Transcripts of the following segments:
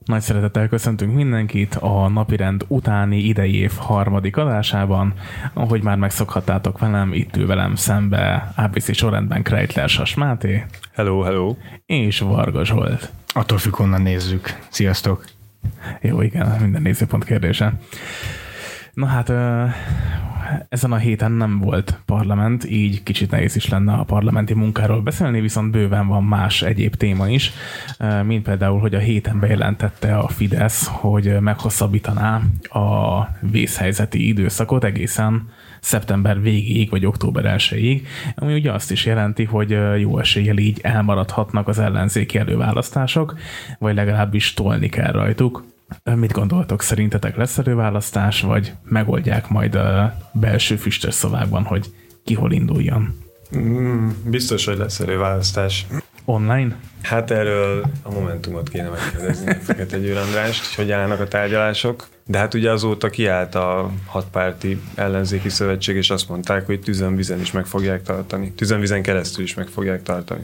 Nagy szeretettel köszöntünk mindenkit a napirend utáni idei év harmadik adásában. Ahogy már megszokhattátok velem, itt ül velem szembe ABC sorrendben Kreitler Sas Máté. Hello, hello. És Varga Zsolt. Attól függ, honnan nézzük. Sziasztok. Jó, igen, minden nézőpont kérdése. Na hát, ezen a héten nem volt parlament, így kicsit nehéz is lenne a parlamenti munkáról beszélni, viszont bőven van más egyéb téma is, mint például, hogy a héten bejelentette a Fidesz, hogy meghosszabbítaná a vészhelyzeti időszakot egészen szeptember végéig, vagy október 1-ig, ami ugye azt is jelenti, hogy jó eséllyel így elmaradhatnak az ellenzéki előválasztások, vagy legalábbis tolni kell rajtuk. Mit gondoltok, szerintetek lesz előválasztás, vagy megoldják majd a belső füstös szobákban, hogy ki hol induljon? Biztos, hogy lesz előválasztás. Online? Hát erről a Momentumot kéne megkérdezni, Fekete Győr Andrást, hogy állnak a tárgyalások. De hát ugye azóta kiállt a hatpárti ellenzéki szövetség, és azt mondták, hogy tüzön-vizen is meg fogják tartani. Tüzön-vizen keresztül is meg fogják tartani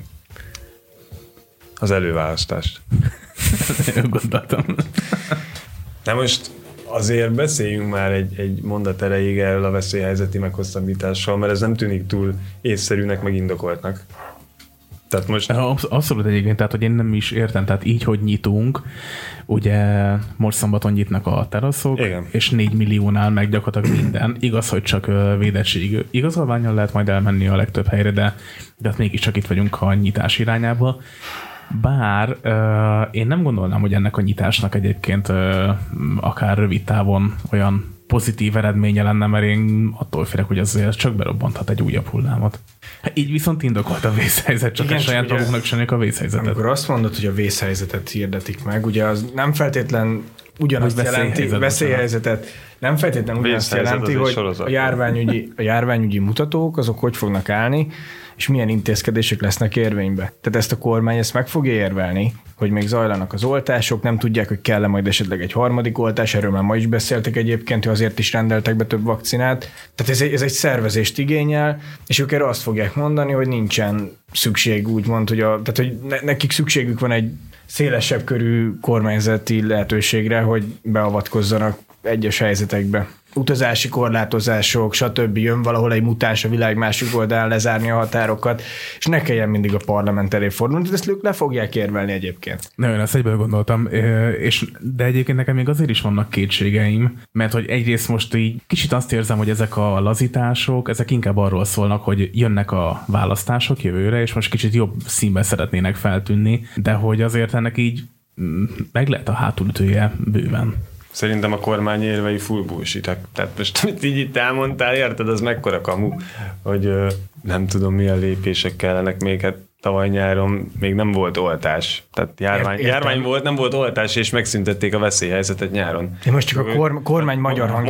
az előválasztást. Gondoltam. Na most azért beszéljünk már egy mondat erejéig erről a veszélyhelyzeti meghosszabbítással, mert ez nem tűnik túl észszerűnek, meg indokoltnak. Tehát most... Abszolút egyébként, tehát hogy én nem is értem, tehát így, hogy nyitunk, ugye most szombaton nyitnak a teraszok, igen. És 4 milliónál meg gyakorlatilag minden. Igaz, hogy csak védettség igazolványon lehet majd elmenni a legtöbb helyre, de hát mégiscsak itt vagyunk a nyitás irányába. Bár én nem gondolnám, hogy ennek a nyitásnak egyébként akár rövid távon olyan pozitív eredménye lenne, mert én attól félek, hogy azért csak berobbanthat egy újabb hullámot. Így viszont indokolt a vészhelyzet, csak igen, saját maguknak csinálják a vészhelyzetet. Amikor azt mondod, hogy a vészhelyzetet hirdetik meg, ugye az nem feltétlen ugyanazt jelenti, veszélyhelyzetet, nem feltétlenül ugyanazt jelenti, hogy a járványügyi mutatók azok hogy fognak állni, és milyen intézkedések lesznek érvénybe. Tehát ezt a kormány meg fogja érvelni, hogy még zajlanak az oltások, nem tudják, hogy kell-e majd esetleg egy harmadik oltás, erről már ma is beszéltek egyébként, hogy azért is rendeltek be több vakcinát. Tehát ez egy szervezést igényel, és ők erre azt fogják mondani, hogy nincsen szükség, úgymond, tehát hogy nekik szükségük van egy szélesebb körű kormányzati lehetőségre, hogy beavatkozzanak egyes helyzetekbe. Utazási korlátozások, stb. Jön valahol egy mutás a világ másik oldalán lezárni a határokat, és ne kelljen mindig a parlament elé fordulni, de ezt ők le fogják érvelni egyébként. Nem, én ezt egyből gondoltam, de egyébként nekem még azért is vannak kétségeim, mert hogy egyrészt most így kicsit azt érzem, hogy ezek a lazítások, ezek inkább arról szólnak, hogy jönnek a választások jövőre, és most kicsit jobb színben szeretnének feltűnni, de hogy azért ennek így meg lehet a hátulütője bőven. Szerintem a kormány érvei full bullshit. Tehát most, amit így itt elmondtál, érted, az mekkora kamu, hogy nem tudom, milyen lépések kellenek még, hát tavaly nyáron még nem volt oltás. Tehát járvány volt, nem volt oltás, és megszüntették a veszélyhelyzetet nyáron. Én most csak a kormány magyar hangja.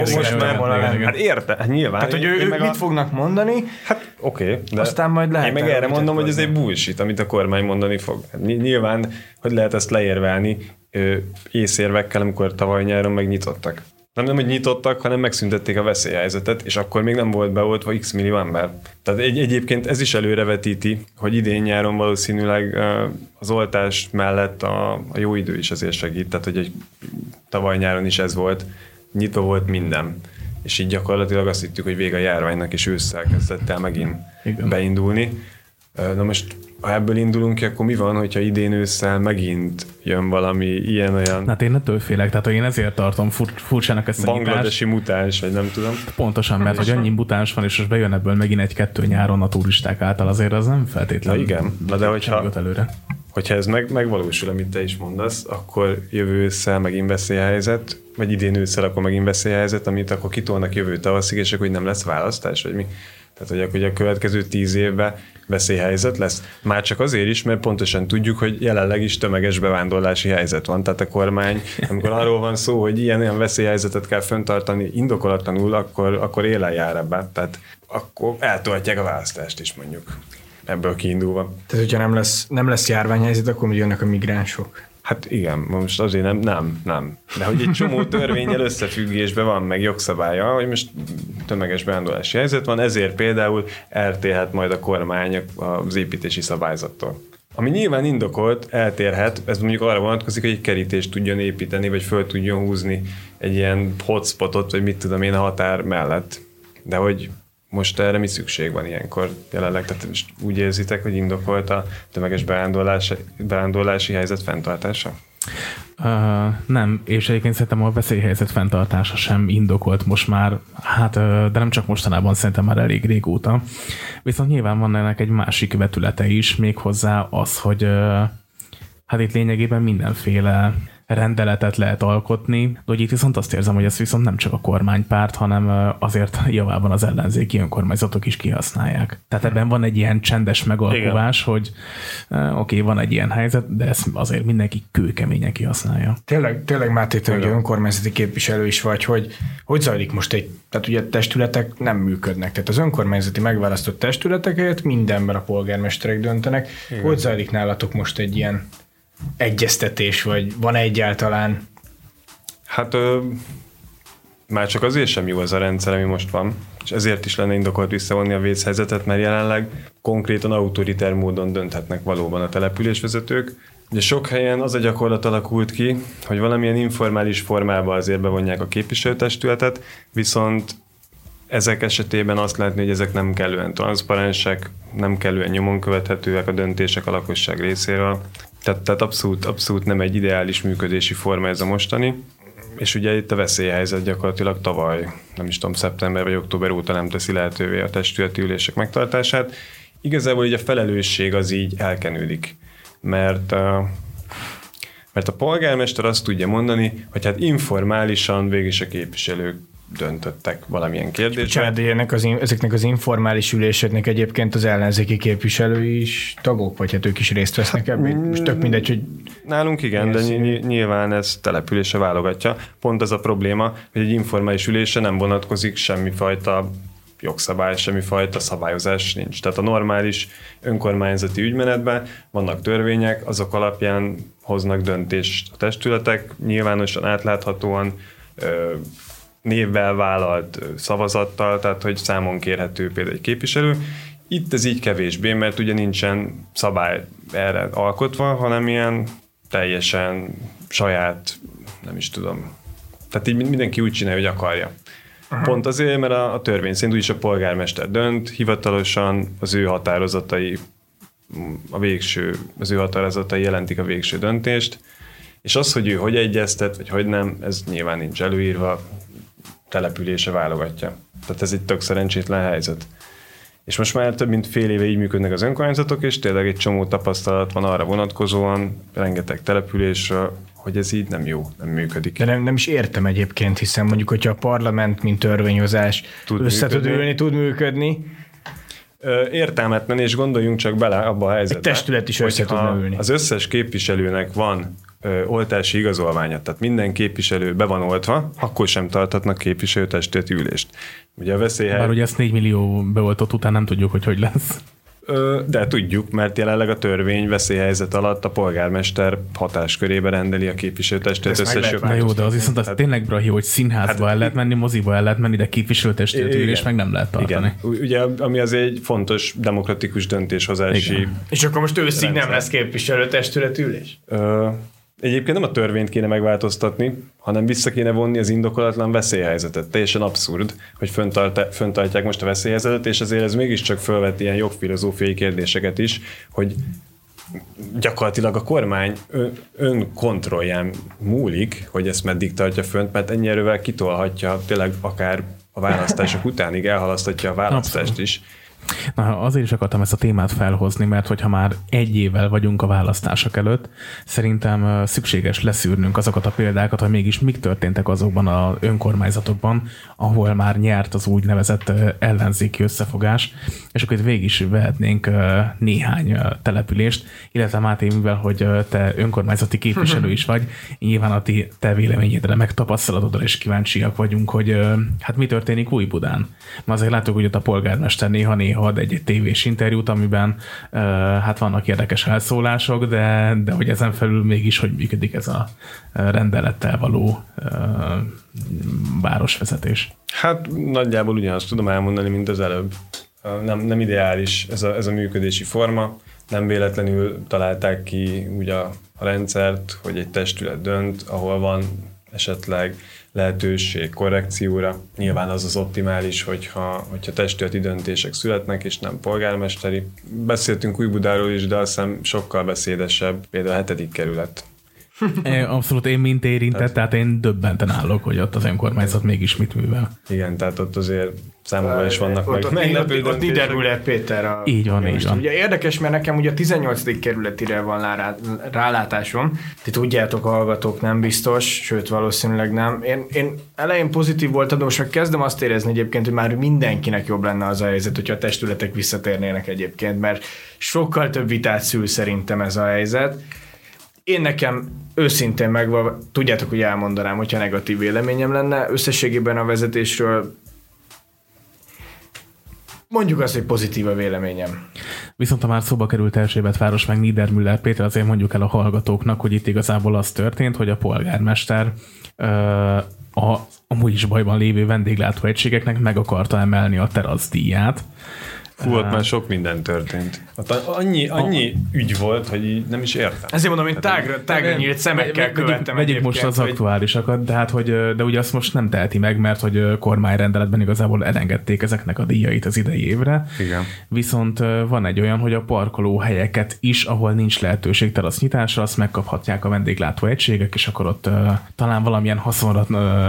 Hát érte, hát nyilván. Tehát, hogy ők mit fognak mondani, hát oké, de aztán majd lehet. Én meg erre mondom, hogy ez egy bullshit, amit a kormány mondani fog. Nyilván, hogy lehet ezt leérvelni észérvekkel, amikor tavaly nyáron megnyitottak. Nem, hogy nyitottak, hanem megszüntették a veszélyhelyzetet, és akkor még nem volt beoltva x millió ember. Tehát egyébként ez is előrevetíti, hogy idén nyáron valószínűleg az oltás mellett a jó idő is azért segít, tehát hogy tavaly nyáron is ez volt, nyitva volt minden. És így gyakorlatilag azt hittük, hogy vége a járványnak, és ősszel kezdett el megint beindulni. Na most, ha ebből indulunk ki, akkor mi van, hogyha idén ősszel megint jön valami ilyen-olyan... Hát én ettől félek, tehát én ezért tartom furcsának ezt a nyitást. Bangladesi mutáns, vagy nem tudom. Pontosan, mert hogy annyi mutáns van, és most bejön ebből megint egy-kettő nyáron a turisták által, azért az nem feltétlenül. Na igen, de hogyha ez megvalósul, amit te is mondasz, akkor jövő ősszel megint veszélyhelyzet, vagy idén ősszel akkor megint veszélyhelyzet, amit akkor kitolnak jövő tavaszig, és akkor nem lesz választás, vagy mi? Tehát, hogy a következő 10 évben veszélyhelyzet lesz. Már csak azért is, mert pontosan tudjuk, hogy jelenleg is tömeges bevándorlási helyzet van. Tehát a kormány, amikor arról van szó, hogy ilyen veszélyhelyzetet kell fenntartani indokolatlanul, akkor élen jár ebben. Tehát akkor eltolhatják a választást is, mondjuk. Ebből kiindulva. Tehát, hogyha nem lesz járványhelyzet, akkor jönnek a migránsok. Hát igen, most azért nem. De hogy egy csomó törvénnyel összefüggésben van, meg jogszabálya, hogy most tömeges bevándorlási helyzet van, ezért például eltérhet majd a kormány az építési szabályzattól. Ami nyilván indokolt, eltérhet, ez mondjuk arra vonatkozik, hogy egy kerítést tudjon építeni, vagy föl tudjon húzni egy ilyen hotspotot, vagy mit tudom én a határ mellett. De hogy most erre mi szükség van ilyenkor jelenleg? Tehát úgy érzitek, hogy indokolt a tömeges bevándorlási helyzet fenntartása? Nem, és egyébként szerintem a veszélyhelyzet fenntartása sem indokolt most már, de nem csak mostanában, szerintem már elég régóta. Viszont nyilván van ennek egy másik vetülete is, méghozzá az, hogy itt lényegében mindenféle rendeletet lehet alkotni, de hogy itt viszont azt érzem, hogy ezt viszont nem csak a kormánypárt, hanem azért javában az ellenzéki önkormányzatok is kihasználják. Tehát ebben van egy ilyen csendes megalkuvás, hogy oké, van egy ilyen helyzet, de ezt azért mindenki kőkeményen kihasználja. Tényleg Máté, te ugye önkormányzati képviselő is vagy, hogy zajlik most tehát ugye testületek nem működnek. Tehát az önkormányzati megválasztott testületeket mindenben a polgármesterek döntenek. Igen. Hogy zajlik nálatok most egy ilyen egyeztetés, vagy van egyáltalán? Hát már csak azért sem jó az a rendszer, ami most van, és ezért is lenne indokolt visszavonni a vészhelyzetet, mert jelenleg konkrétan autoriter módon dönthetnek valóban a településvezetők. Ugye sok helyen az a gyakorlat alakult ki, hogy valamilyen informális formában azért bevonják a képviselőtestületet, viszont ezek esetében azt látni, hogy ezek nem kellően transzparensek, nem kellően nyomon követhetőek a döntések a lakosság részéről. Tehát abszolút nem egy ideális működési forma ez a mostani, és ugye itt a veszélyhelyzet gyakorlatilag tavaly, nem is tudom, szeptember vagy október óta nem teszi lehetővé a testületi ülések megtartását. Igazából így a felelősség az így elkenődik, mert a polgármester azt tudja mondani, hogy hát informálisan végig is a képviselők döntöttek valamilyen kérdésben. Ezeknek az informális üléseknek egyébként az ellenzéki képviselői is tagok, vagy hát ők is részt vesznek ebben? Most tök mindegy, hogy... Nálunk igen, de nyilván ez települése válogatja. Pont az a probléma, hogy egy informális ülése nem vonatkozik semmifajta jogszabály, semmifajta szabályozás nincs. Tehát a normális önkormányzati ügymenetben vannak törvények, azok alapján hoznak döntést a testületek, nyilvánosan, átláthatóan, névvel vállalt szavazattal, tehát hogy számon kérhető például egy képviselő. Itt ez így kevésbé, mert ugye nincsen szabály erre alkotva, hanem ilyen teljesen saját, nem is tudom. Tehát így mindenki úgy csinálja, hogy akarja. Aha. Pont azért, mert a törvény szerint úgyis a polgármester dönt, hivatalosan az ő határozatai jelentik a végső döntést, és az, hogy ő hogy egyeztet, vagy hogy nem, ez nyilván nincs előírva, települése válogatja. Tehát ez egy tök szerencsétlen helyzet. És most már több mint fél éve így működnek az önkormányzatok, és tényleg egy csomó tapasztalat van arra vonatkozóan, rengeteg településről, hogy ez így nem jó, nem működik. De nem is értem egyébként, hiszen mondjuk, hogyha a parlament, mint törvényhozás tud működni. Értelmetlen, és gondoljunk csak bele abba a helyzetbe. Egy testület is össze tudna ülni. Az összes képviselőnek van oltási igazolványa, tehát minden képviselő be van oltva, akkor sem tarthatnak képviselőtestületi ülést. Ugye a veszélyhelyzet... Bár ugye ezt 4 millió beoltott után nem tudjuk, hogy lesz. De tudjuk, mert jelenleg a törvény veszélyhelyzet alatt a polgármester hatáskörébe rendeli a képviselőtestület összes jogát. Jó, de az viszont az tényleg brahi, hogy színházba el lehet menni, moziba el lehet menni, de képviselőtestületi ülés meg nem lehet tartani. Igen. Ugye, ami az egy fontos demokratikus döntéshozási... Igen. És akkor most őszig nem lesz képviselőtestületi ülés? Egyébként nem a törvényt kéne megváltoztatni, hanem vissza kéne vonni az indokolatlan veszélyhelyzetet. Teljesen abszurd, hogy föntartják most a veszélyhelyzetet, és azért ez mégiscsak felvet ilyen jogfilozófiai kérdéseket is, hogy gyakorlatilag a kormány önkontrollján múlik, hogy ezt meddig tartja fönt, mert ennyi erővel kitolhatja, tényleg akár a választások utánig elhalasztatja a választást is. Na, azért is akartam ezt a témát felhozni, mert hogyha már egy évvel vagyunk a választások előtt, szerintem szükséges leszűrnünk azokat a példákat, hogy mégis mik történtek azokban az önkormányzatokban, ahol már nyert az úgynevezett ellenzéki összefogás, és akkor itt végig is vehetnénk néhány települést, illetve Máté, mivel hogy te önkormányzati képviselő is vagy, nyilván a te véleményedre, meg tapasztalatodra is kíváncsiak vagyunk, hogy hát mi történik Újbudán. Ma azért látjuk, hogy ott a polgármester néha ad egy tévés interjút, amiben hát vannak érdekes elszólások, de hogy ezen felül mégis hogy működik ez a rendelettel való városvezetés. Hát nagyjából ugyanazt tudom elmondani, mint az előbb. Nem ideális ez a működési forma. Nem véletlenül találták ki úgy a rendszert, hogy egy testület dönt, ahol van esetleg lehetőség korrekcióra. Nyilván az optimális, hogyha testületi döntések születnek, és nem polgármesteri. Beszéltünk Újbudáról is, de azt hiszem sokkal beszédesebb, például a 7. kerület. Abszolút én mint érintett, tehát én döbbenten állok, hogy ott az önkormányzat mégis mit művel. Igen, tehát ott azért számomra is vannak meglepő döntések. Ott Niedermüller Péter így van. Ugye érdekes, mert nekem ugye a 18. kerületire van rálátásom. Ti tudjátok, hallgatók, nem biztos, sőt valószínűleg nem. Én elején pozitív voltam, de most meg kezdem azt érezni egyébként, hogy már mindenkinek jobb lenne az a helyzet, hogyha a testületek visszatérnének egyébként, mert sokkal több vitát szül szerintem ez a helyzet. Én nekem őszintén megvan, tudjátok, hogy elmondanám, hogyha negatív véleményem lenne, összességében a vezetésről mondjuk azt, hogy pozitív a véleményem. Viszont ha már szóba került Erzsébetváros meg Niedermüller Péter, azért mondjuk el a hallgatóknak, hogy itt igazából az történt, hogy a polgármester amúgy is bajban lévő vendéglátóegységeknek meg akarta emelni a teraszdíját. Hú, ott már sok minden történt. Annyi ügy volt, hogy így nem is értem. Ezért mondom, én tágra nyílt szemekkel követtem. Vegyük most az aktuálisakat, de ugye azt most nem teheti meg, mert hogy kormányrendeletben igazából elengedték ezeknek a díjait az idei évre. Igen. Viszont van egy olyan, hogy a parkolóhelyeket is, ahol nincs lehetőség terasznyitásra, azt megkaphatják a vendéglátóegységek, és akkor ott talán valamilyen haszonra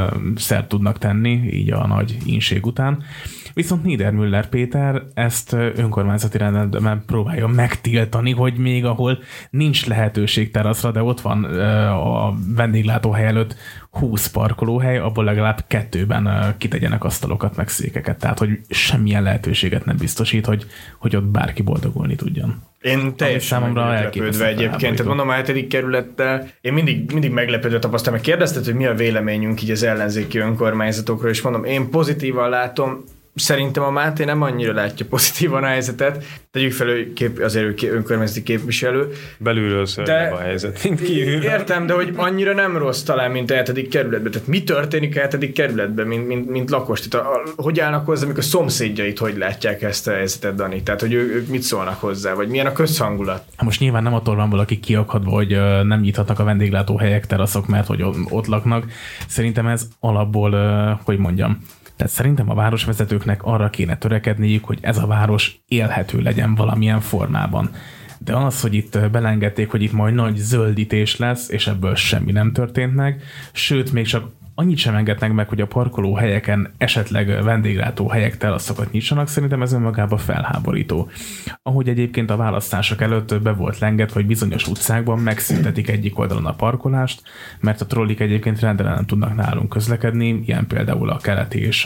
szert tudnak tenni, így a nagy ínség után. Viszont Niedermüller Péter ezt önkormányzati rendeletben próbálja megtiltani, hogy még ahol nincs lehetőség teraszra, de ott van a vendéglátóhely előtt 20 parkolóhely, abból legalább 2-ben kitegyenek asztalokat, meg székeket. Tehát, hogy semmilyen lehetőséget nem biztosít, hogy ott bárki boldogulni tudjon. Én teljesen meglepődve egyébként. Tehát mondom, a 7. kerülettel én mindig meglepődve tapasztalom, mert kérdezted, hogy mi a véleményünk így az ellenzéki önkormányzatokról, és mondom, én pozitívan látom. Szerintem a Máté nem annyira látja pozitívan a helyzetet. Tegyük fel, azért ő önkormányzati képviselő. Belülről szörnyebb a helyzet, mint kívül. Értem, de hogy annyira nem rossz talán, mint a 7. kerületben. Tehát mi történik a 7. kerületben, mint lakos? Tehát hogy állnak hozzá, amikor a szomszédjait hogy látják ezt a helyzetet, Dani? Tehát, hogy ők mit szólnak hozzá, vagy milyen a közhangulat? Most nyilván nem attól van valaki kiakadva, hogy nem nyithatnak a vendéglátóhelyek, teraszok, mert hogy ott laknak. Szerintem ez alapból, hogy mondjam, tehát szerintem a városvezetőknek arra kéne törekedniük, hogy ez a város élhető legyen valamilyen formában. De az, hogy itt belengedték, hogy itt majd nagy zöldítés lesz, és ebből semmi nem történt meg, sőt, még csak annyit sem engednek meg, hogy a parkolóhelyeken esetleg vendéglátóhelyek teraszokat nyissanak, szerintem ez önmagában felháborító. Ahogy egyébként a választások előtt be volt lengedve, hogy bizonyos utcákban megszüntetik egyik oldalon a parkolást, mert a trollik egyébként rendelően nem tudnak nálunk közlekedni, ilyen például a Keleti és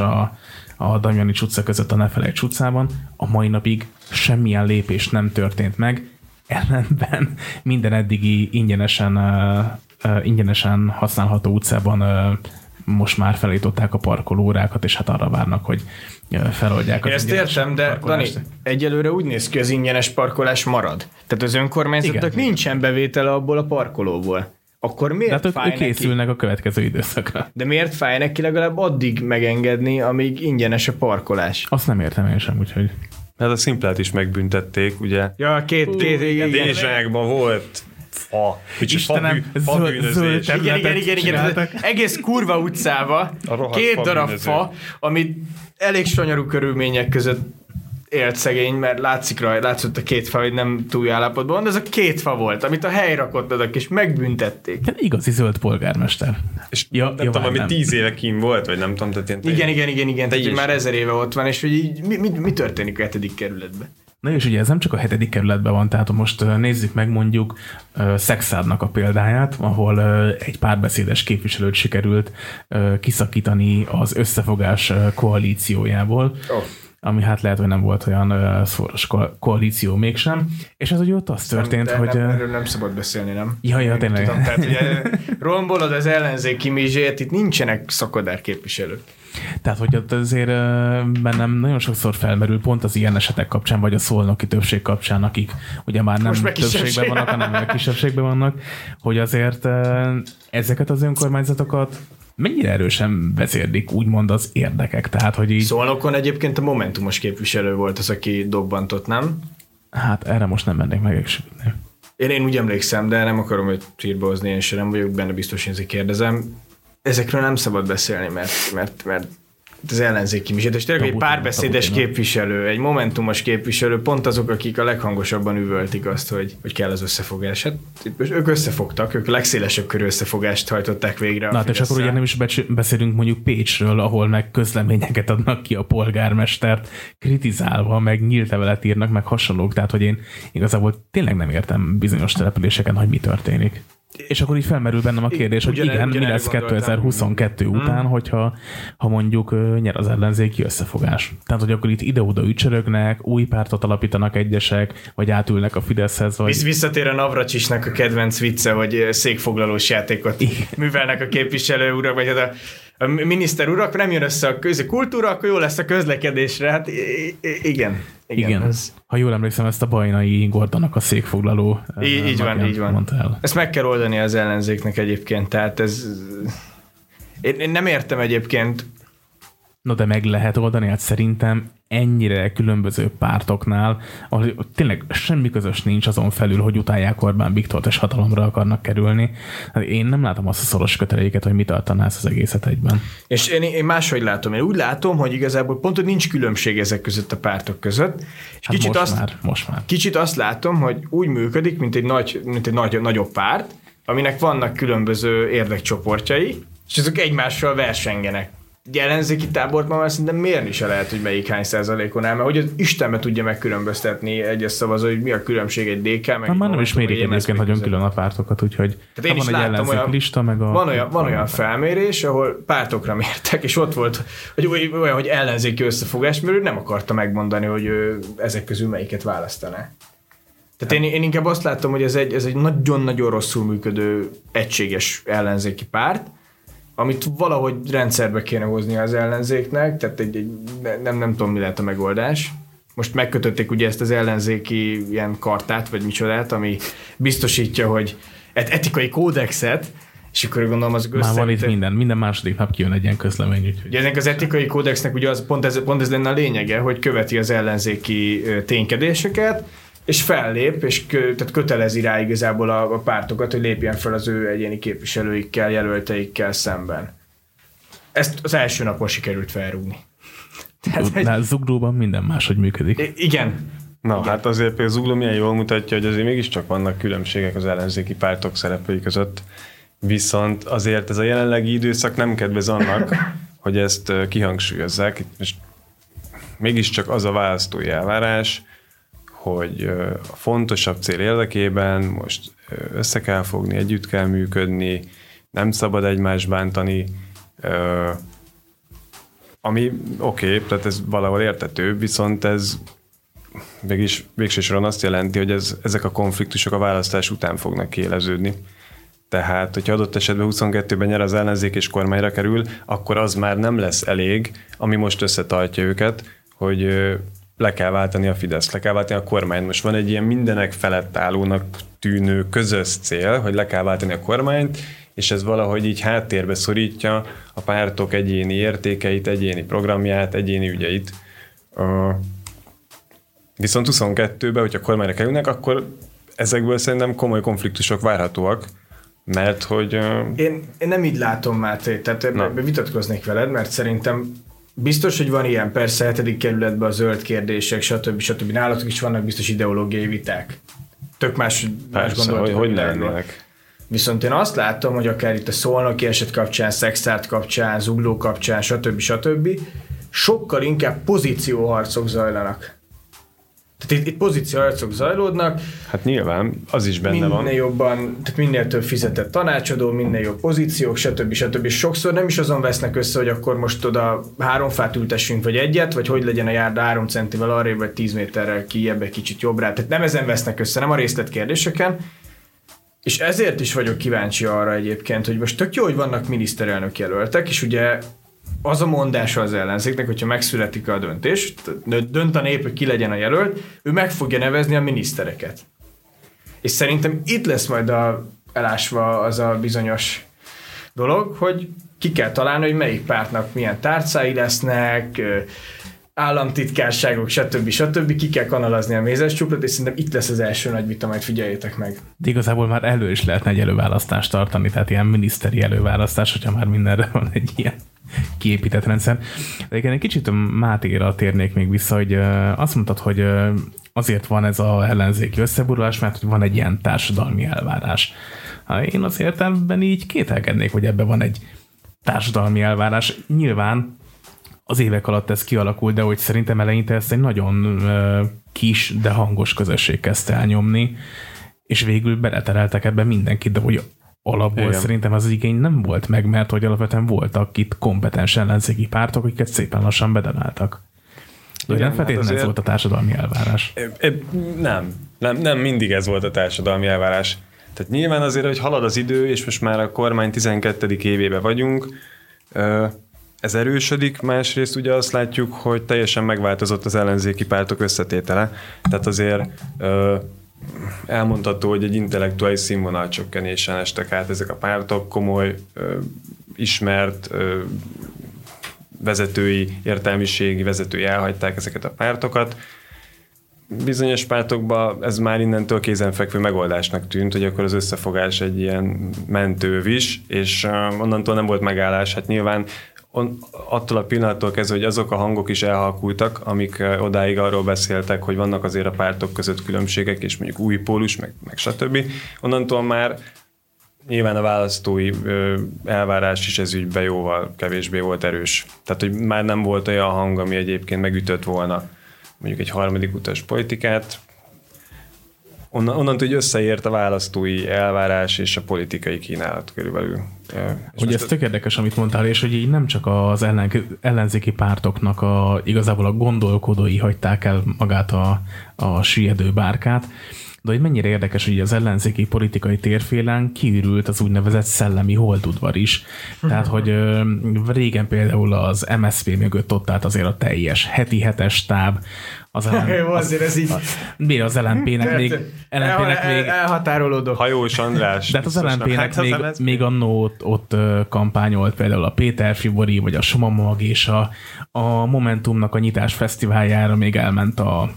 a Damjanics utca között a Nefelejts utcában. A mai napig semmilyen lépés nem történt meg, ellenben minden eddigi ingyenesen használható utcában most már felították a parkolórákat, és hát arra várnak, hogy feloldják. Én ezt értem, de Dani, egyelőre úgy néz ki, az ingyenes parkolás marad. Tehát az önkormányzatnak nincsen bevétele abból a parkolóból. Akkor miért fáj neki? Készülnek a következő időszakra. De miért fáj neki legalább addig megengedni, amíg ingyenes a parkolás? Azt nem értem én sem, úgyhogy... Hát a Szimplát is megbüntették, ugye? Ja, két Dézsákban volt fa. Istenem, zöld igen. Egész kurva utcába 2 darab fa, amit elég sanyarú körülmények között élt szegény, mert látszott a 2 fa, hogy nem túl állapotban van, de ez a 2 fa volt, amit a helyrakott adok, és megbüntették. Hát igazi zöld polgármester. És nem tudom, ami 10 éve kín volt, vagy nem tudom. Tehát igen, tehát már 1000 éve ott van, és hogy így, mi történik a 7. kerületben? Na és ugye ez nem csak a 7. kerületben van, tehát most nézzük meg mondjuk Szekszádnak a példáját, ahol egy párbeszédes képviselőt sikerült kiszakítani az összefogás koalíciójából. Ami hát lehet, hogy nem volt olyan szoros koalíció mégsem. És ez ugye ott az történt, hogy... Erről nem szabad beszélni, nem? Ja, tényleg. Tudom, tehát ugye rombolod az ellenzéki mizsét, itt nincsenek szakadár képviselők. Tehát, hogy ott azért bennem nagyon sokszor felmerül pont az ilyen esetek kapcsán, vagy a szolnoki többség kapcsán, akik ugye már nem többségben vannak, hanem kisebbségben vannak, hogy azért ezeket az önkormányzatokat mennyire erősen vezérlik úgymond az érdekek, tehát hogy így... Szolnokon egyébként a Momentumos képviselő volt az, aki dobbantott, nem? Hát erre most nem mennék megeküdni. Én úgy emlékszem, de nem akarom őt hírba hozni, én sem nem vagyok benne biztos, én kérdezem. Ezekről nem szabad beszélni, mert az ellenzéki misét, és tényleg egy párbeszédes képviselő, egy momentumos képviselő, pont azok, akik a leghangosabban üvöltik azt, hogy kell az összefogás. Hát ők összefogtak, ők a legszélesebb körű összefogást hajtották végre. Na, és akkor ugye nem is beszélünk mondjuk Pécsről, ahol meg közleményeket adnak ki a polgármestert, kritizálva, meg nyílt levelet írnak, meg hasonlók, tehát hogy én igazából tényleg nem értem bizonyos településeken, hogy mi történik. És akkor így felmerül bennem a kérdés, hogy igen, mi lesz 2022 után, hogyha mondjuk nyer az ellenzéki összefogás. Tehát, hogy akkor itt ide-oda ücsörögnek, új pártot alapítanak egyesek, vagy átülnek a Fideszhez. Vagy... Visszatér a Navracsisnak a kedvenc vicce, hogy székfoglalós játékot művelnek a képviselő urak, vagy a miniszter urak, nem jön össze a kultúra, akkor jó lesz a közlekedésre. Hát igen. Ha jól emlékszem, ezt a Bajnai Gordonak a székfoglaló. Így van. Ezt meg kell oldani az ellenzéknek egyébként, tehát ez... Én nem értem egyébként. No, de meg lehet oldani, hát szerintem ennyire különböző pártoknál, ahol tényleg semmi közös nincs azon felül, hogy utálják Orbán Viktort és hatalomra akarnak kerülni. Hát én nem látom azt a szoros köteléket, hogy mit tartaná az egészet egyben. És én máshogy látom. Én úgy látom, hogy igazából pont, hogy nincs különbség ezek között a pártok között. És hát most már. Kicsit azt látom, hogy úgy működik, mint egy nagyobb párt, aminek vannak különböző érdekcsoportjai, és ezek egymással versengenek. Ellenzéki tábort ma már szerintem mérni se lehet, hogy melyik hány százalékon áll, mert hogy az Istenbe tudja megkülönböztetni egyes szavazó, hogy mi a különbség egy DK, meg már nem is mérik egyébként nagyon külön a pártokat, úgyhogy én is van egy ellenzéki lista, meg a... Van olyan felmérés, ahol pártokra mértek, és ott volt, hogy ellenzéki összefogás, mert ő nem akarta megmondani, hogy ő ezek közül melyiket választaná. Tehát én inkább azt látom, hogy ez egy nagyon-nagyon rosszul működő egységes ellenzéki párt, amit valahogy rendszerbe kéne hozni az ellenzéknek, tehát nem tudom, mi lehet a megoldás. Most megkötötték ugye ezt az ellenzéki ilyen kartát, vagy micsodát, ami biztosítja, hogy etikai kódexet, és akkor gondolom az már van itt minden második nap kijön egy ilyen közlemény. Úgyhogy... Ugye ennek az etikai kódexnek ugye pont ez lenne a lényege, hogy követi az ellenzéki ténykedéseket, és fellép, és tehát kötelezi rá igazából a pártokat, hogy lépjen fel az ő egyéni képviselőikkel, jelölteikkel szemben. Ezt az első napon sikerült felrúgni. Tehát Zuglóban minden máshogy működik. Igen. Na, hát azért például Zugló milyen jól mutatja, hogy azért mégiscsak vannak különbségek az ellenzéki pártok szerepei között, viszont azért ez a jelenlegi időszak nem kedvez annak, hogy ezt kihangsúlyozzák, és mégiscsak az a választói elvárás, hogy a fontosabb cél érdekében most össze kell fogni, együtt kell működni, nem szabad egymást bántani, ami oké, tehát ez valahol értető, viszont ez mégis végső soron azt jelenti, hogy ezek a konfliktusok a választás után fognak kiéleződni. Tehát, hogyha adott esetben 22-ben nyer az ellenzék és kormányra kerül, akkor az már nem lesz elég, ami most összetartja őket, hogy le kell váltani a Fidesz, le kell váltani a kormányt. Most van egy ilyen mindenek felett állónak tűnő közös cél, hogy le kell váltani a kormányt, és ez valahogy így háttérbe szorítja a pártok egyéni értékeit, egyéni programját, egyéni ügyeit. Viszont 22-ben, hogyha kormányra kerülnek, akkor ezekből szerintem komoly konfliktusok várhatóak, mert hogy... Én nem így látom, Máté, tehát vitatkoznék veled, mert szerintem biztos, hogy van ilyen, persze 7. kerületben a zöld kérdések, stb. Nálatok is vannak biztos ideológiai viták. Tök más gondolatok. Hogy lennének. Viszont én azt látom, hogy akár itt a Szolnoki eset kapcsán, Szexárd kapcsán, Zugló kapcsán, stb. Sokkal inkább pozícióharcok zajlanak. Tehát itt pozícióharcok zajlódnak. Hát nyilván, az is benne van. Minél jobban, tehát minél több fizetett tanácsadó, minél jobb pozíciók, stb. Sokszor nem is azon vesznek össze, hogy akkor most oda 3 fát ültessünk, vagy egyet, vagy hogy legyen a járda 3 centivel arrébb, vagy 10 méterrel kijebb, egy kicsit jobbra. Tehát nem ezen vesznek össze, nem a részletkérdéseken. És ezért is vagyok kíváncsi arra egyébként, hogy most tök jó, hogy vannak miniszterelnök jelöltek, és ugye az a mondása az ellenzéknek, hogyha megszületik a döntés, dönt a nép, hogy ki legyen a jelölt, ő meg fogja nevezni a minisztereket. És szerintem itt lesz majd elásva az a bizonyos dolog, hogy ki kell találni, hogy melyik pártnak milyen tárcái lesznek, államtitkárságok, stb. Ki kell kanalazni a mézes csuklót, és szerintem itt lesz az első nagy vita, majd figyeljétek meg. De igazából már elő is lehetne egy előválasztást tartani, tehát ilyen miniszteri előválasztás, hogyha már mindenre van egy ilyen kiépített rendszer. De igen, egy kicsit Mátéra térnék még vissza, hogy azt mondtad, hogy azért van ez az ellenzéki összeborulás, mert hogy van egy ilyen társadalmi elvárás. Én azért ebben így kételkednék, hogy ebben van egy társadalmi elvárás. Nyilván az évek alatt ez kialakult, de hogy szerintem eleinte ezt egy nagyon kis, de hangos közösség kezdte elnyomni, és végül beletereltek ebbe mindenkit, de hogy alapból igen. Szerintem az igény nem volt meg, mert hogy alapvetően voltak itt kompetens ellenzéki pártok, akiket szépen lassan bedaráltak. De igen, nem feltétlenül ez volt a társadalmi elvárás. Nem mindig ez volt a társadalmi elvárás. Tehát nyilván azért, hogy halad az idő, és most már a kormány 12. évébe vagyunk, ez erősödik, másrészt ugye azt látjuk, hogy teljesen megváltozott az ellenzéki pártok összetétele. Tehát azért elmondható, hogy egy intellektuális színvonal csökkenésen estek át ezek a pártok, komoly, ismert vezetői, értelmiségi vezetői elhagyták ezeket a pártokat. Bizonyos pártokban ez már innentől kézenfekvő megoldásnak tűnt, hogy akkor az összefogás egy ilyen mentővis, és onnantól nem volt megállás. Hát nyilván attól a pillanattól kezdve, hogy azok a hangok is elhalkultak, amik odáig arról beszéltek, hogy vannak azért a pártok között különbségek, és mondjuk új pólus, meg stb. Onnantól már nyilván a választói elvárás is ez ügyben jóval kevésbé volt erős. Tehát, hogy már nem volt olyan hang, ami egyébként megütött volna mondjuk egy harmadik utas politikát. Onnantól, hogy összeért a választói elvárás és a politikai kínálat körülbelül. Ugye ez tök érdekes, amit mondtál, és hogy így nem csak az ellenzéki pártoknak igazából a gondolkodói hagyták el magát a süllyedő bárkát, de hogy mennyire érdekes, hogy az ellenzéki politikai térfélen kiürült az úgynevezett szellemi holdudvar is. Tehát, hogy régen például az MSZP mögött ott állt azért a teljes heti 7-es stáb, az LMP-nek még elhatárolódok. Hajós András. De hát az LMP-nek még annó ott kampányolt például a Péter Fibori, vagy a Somamag, és a Momentumnak a nyitás fesztiváljára még elment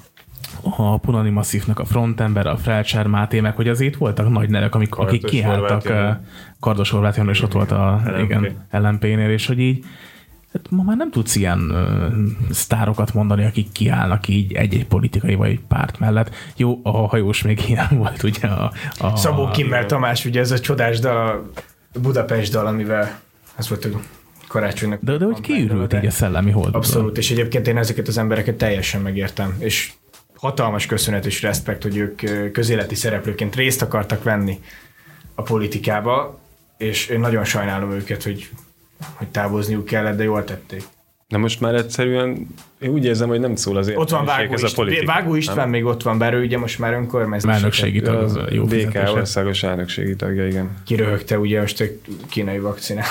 a Punani Masszívnak a frontember, a Frelcsár Máté, meg hogy azért voltak nagy nevek, akik kiálltak. Kardos Horváth János, és ott volt a LMP-nél, és hogy így hát ma már nem tudsz ilyen sztárokat mondani, akik kiállnak így egy-egy politikai vagy párt mellett. Jó, a Hajós még ilyen volt, ugye a Szabó Kimmel Tamás, ugye ez a csodás dal, a Budapest dal, amivel az volt, hogy karácsonynak. De hogy kiürült így a szellemi holdudvar. Abszolút, és egyébként én ezeket az embereket teljesen megértem, és hatalmas köszönet és respekt, hogy ők közéleti szereplőként részt akartak venni a politikába, és én nagyon sajnálom őket, hogy távozniuk kellett, de jól tették. De most már egyszerűen én úgy érzem, hogy nem szól az értelmiséghez a politika. Vágó István még ott van, bár ő ugye most már önkormányzat. Elnökségi tag, az jó fizetése. DK országos elnökségi tagja, igen. Kiröhögte ugye most a kínai vakcinát.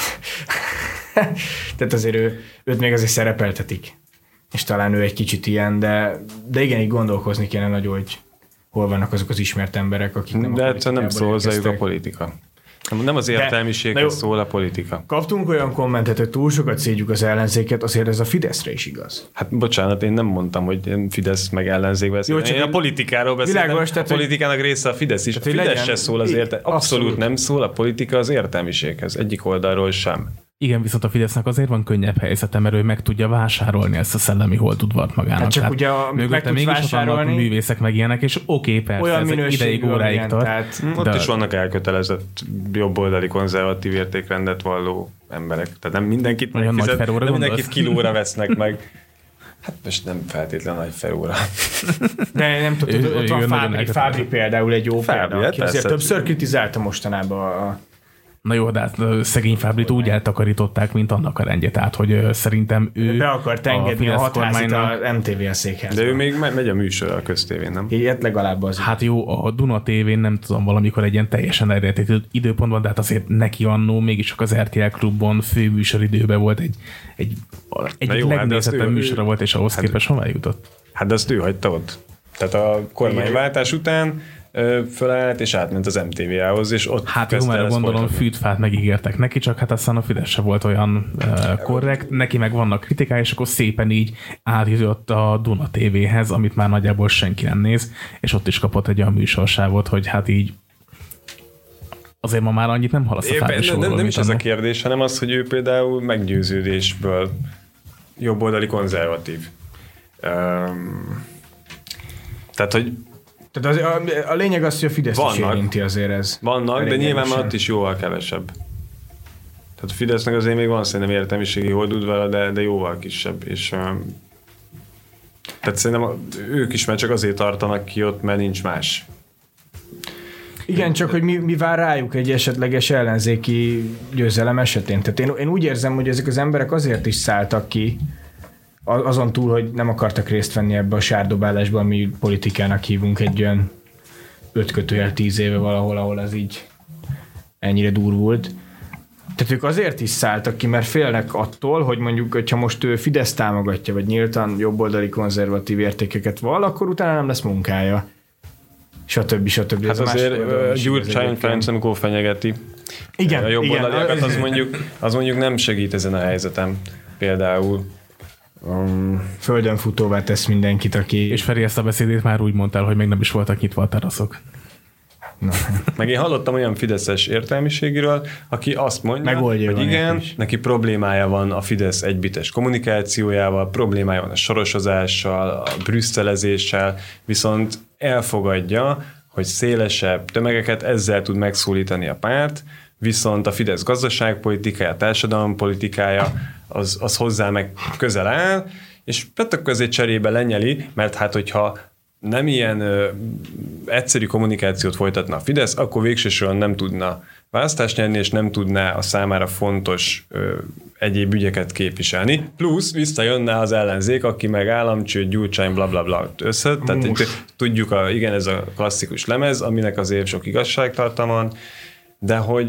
Tehát azért őt még azért szerepeltetik. És talán ő egy kicsit ilyen, de igen, így gondolkozni kéne nagyon, hogy hol vannak azok az ismert emberek, akik nem de egyszerűen nem szól hozzájuk a politika. Nem az értelmiséghez szól a politika. Kaptunk olyan kommentet, hogy túl sokat szédjük az ellenzéket, azért ez a Fideszre is igaz. Hát bocsánat, én nem mondtam, hogy Fidesz meg ellenzék beszél. Én a politikáról beszéltem. Világos, a politikának része a Fidesz is. A Fidesz se szól az értelmiséghez. Abszolút nem szól a politika az értelmiséghez. Egyik oldalról sem. Igen, viszont a Fidesznek azért van könnyebb helyzete, mert ő meg tudja vásárolni ezt a szellemi holdudvart magának. Hát csak ugye meg tudsz vásárolni. Művészek meg ilyenek, és persze, olyan ezek ideig óráig tart. Ott is vannak elkötelezett jobboldali konzervatív értékrendet valló emberek. Tehát nem mindenkit megfizet, nem mindenkit kilóra vesznek meg. Hát most nem feltétlen nagy Feróra. De nem tudod, ott van Fábri például egy jó példa, aki azért többször kritizálta mostanában Na jó, de hát szegény Fábrit úgy eltakarították, mint annak a rendje, tehát hogy szerintem ő be akart engedni a hatházit a MTV székhez. De ő még megy a műsorra a köztévén, nem? Ilyet legalább az. Hát jó, a Duna TV-n nem tudom, valamikor egy ilyen teljesen eredeti időpontban, de hát azért neki annó mégiscsak az RTL Klubban főműsoridőben volt egy legnézettebb műsora volt, és ahhoz képest hová jutott? Hát de azt ő hagyta ott. Tehát a kormányváltás után fölállt, és átment az MTV-hoz, és ott hát jó, mert gondolom fűtfát megígértek neki, csak hát aztán a Fidesz se volt olyan korrekt, neki meg vannak kritikái, és akkor szépen így átjutott a Duna TV-hez, amit már nagyjából senki nem néz, és ott is kapott egy olyan műsorsávot, hogy hát így azért ma már annyit nem hallasz a fájlsóról. Nem is ez a kérdés, hanem az, hogy ő például meggyőződésből jobboldali konzervatív. Tehát, hogy a lényeg az, hogy a Fidesz is érinti azért ez. Vannak, de nyilván már ott is jóval kevesebb. Tehát a Fidesznek azért még van szerintem értelmiségi holdudvara, de jóval kisebb. És, tehát szerintem ők is már csak azért tartanak ki ott, mert nincs más. Igen, csak hogy mi vár rájuk egy esetleges ellenzéki győzelem esetén. Tehát én úgy érzem, hogy ezek az emberek azért is szálltak ki, azon túl, hogy nem akartak részt venni ebbe a sárdobálásba, ami politikának hívunk egy olyan 5-10 éve valahol, ahol az így ennyire durvult. Tehát ők azért is szálltak ki, mert félnek attól, hogy mondjuk, hogyha most ő Fidesz támogatja, vagy nyíltan jobboldali konzervatív értékeket val, akkor utána nem lesz munkája. Stb. Hát azért Gyurcsány Ferenc, amikor fenyegeti a jobboldaliakat, az mondjuk nem segít ezen a helyzetem. Például földön futóvá tesz mindenkit, aki... És Feri ezt a beszédét már úgy mondtál, hogy még nem is voltak nyitva a teraszok. No. Meg én hallottam olyan fideszes értelmiségiről, aki azt mondja, hogy igen, neki problémája van a Fidesz egybites kommunikációjával, problémája van a sorosozással, a brüsszelezéssel, viszont elfogadja, hogy szélesebb tömegeket ezzel tud megszólítani a párt, viszont a Fidesz gazdaságpolitikája, társadalompolitikája az hozzá meg közel áll, és pöttök közé cserébe lenyeli, mert hát hogyha nem ilyen egyszerű kommunikációt folytatna a Fidesz, akkor végsősorban nem tudna választást nyerni, és nem tudná a számára fontos egyéb ügyeket képviselni. Plusz visszajönne az ellenzék, aki meg államcsőd, Gyurcsány, blablabla össze. Tehát tudjuk, igen, ez a klasszikus lemez, aminek azért sok igazságtartalma van, de hogy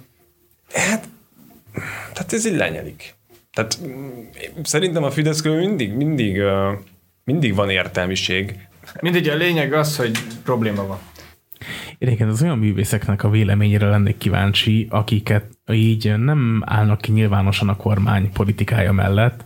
tehát ez így lenyelik. Tehát szerintem a Fidesz körül mindig van értelmiség. Mindegy, a lényeg az, hogy probléma van. Egyébként az olyan művészeknek a véleményére lennék kíváncsi, akiket így nem állnak ki nyilvánosan a kormány politikája mellett,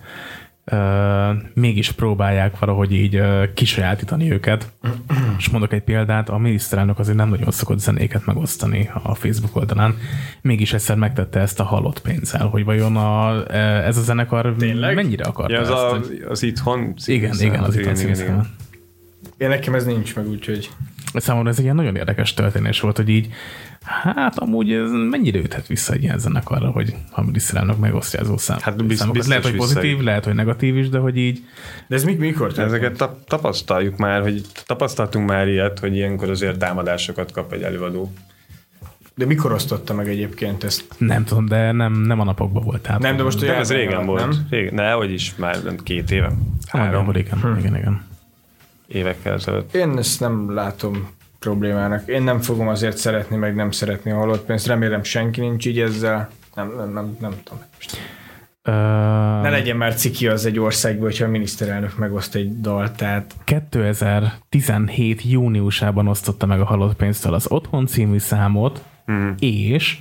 mégis próbálják valahogy így kisajátítani őket. És mondok egy példát, a miniszterelnök azért nem nagyon szokott zenéket megosztani a Facebook oldalán, mégis egyszer megtette ezt a halott pénzzel, hogy vajon ez a zenekar mennyire akarta ezt. Az itthon? Igen, az itthon színűszkel. Én nekem ez nincs meg, úgyhogy... Számomra ez egy ilyen nagyon érdekes történés volt, hogy így, hát amúgy ez mennyire üthet vissza egy ilyen zenekarra, hogy a miniszterelnök megosztja az számokat. Lehet, hogy pozitív, lehet, hogy negatív is, de hogy így... De ez mikor? Ezeket tapasztaljuk már, hogy tapasztaltunk már ilyet, hogy ilyenkor azért támadásokat kap egy előadó. De mikor osztotta meg egyébként ezt? Nem tudom, de nem a napokban volt. Tehát nem, de most ez régen volt. Nehogy is, már 2 éve. 3. Igen. Évekkel ezelőtt. Én ezt nem látom problémának. Én nem fogom azért szeretni, meg nem szeretni a halott pénzt. Remélem senki nincs így ezzel. Nem tudom. Ne legyen már ciki az egy országban, hogyha a miniszterelnök megoszt egy dalt. Tehát... 2017 júniusában osztotta meg a halott pénztől az Otthon című számot, és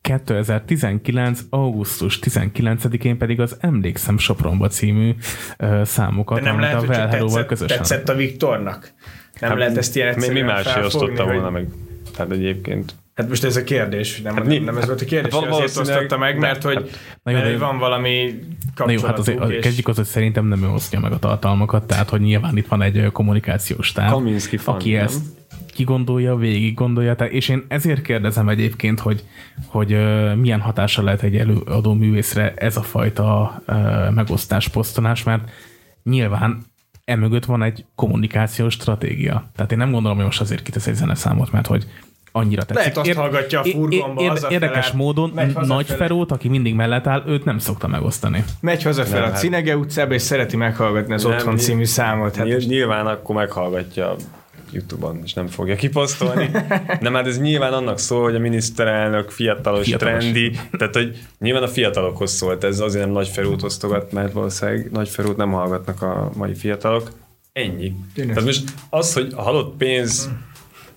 2019. augusztus 19-én pedig az Emlékszem Sopronba című számokat, de nem lehet, a Velheróval közösen. Tetszett a Viktornak? Nem lehet ezt ilyen egyszerűen felfogni? Mi más osztotta volna meg? Tehát egyébként... Hát most ez a kérdés, nem ez volt a kérdés, hogy azért osztotta meg, mert hogy van valami kapcsolatuk. Hát azért kezdjük az, hogy szerintem nem ő osztja meg a tartalmakat, tehát hogy nyilván itt van egy kommunikációs táv, aki ezt kigondolja, végig gondolja, és én ezért kérdezem egyébként, hogy milyen hatással lehet egy előadó művészre ez a fajta megosztás, posztolás, mert nyilván emögött van egy kommunikációs stratégia. Tehát én nem gondolom, hogy most azért kitesz egy zeneszámot, mert hogy annyira tetszik. Lehet azt hallgatja a furgonba érdekes módon Nagy Ferót, aki mindig mellett áll, őt nem szokta megosztani. Megy hazafel a Cinege utcába, és szereti meghallgatni az Otthon című számot. Hát nyilván akkor meghallgatja YouTube-on, és nem fogja kiposztolni. De már ez nyilván annak szól, hogy a miniszterelnök fiatalos, trendi, tehát hogy nyilván a fiatalokhoz szólt, ez azért nem Nagy Ferót osztogat, mert valószínűleg Nagy Ferót nem hallgatnak a mai fiatalok. Ennyi. Tehát most az, hogy a halott pénz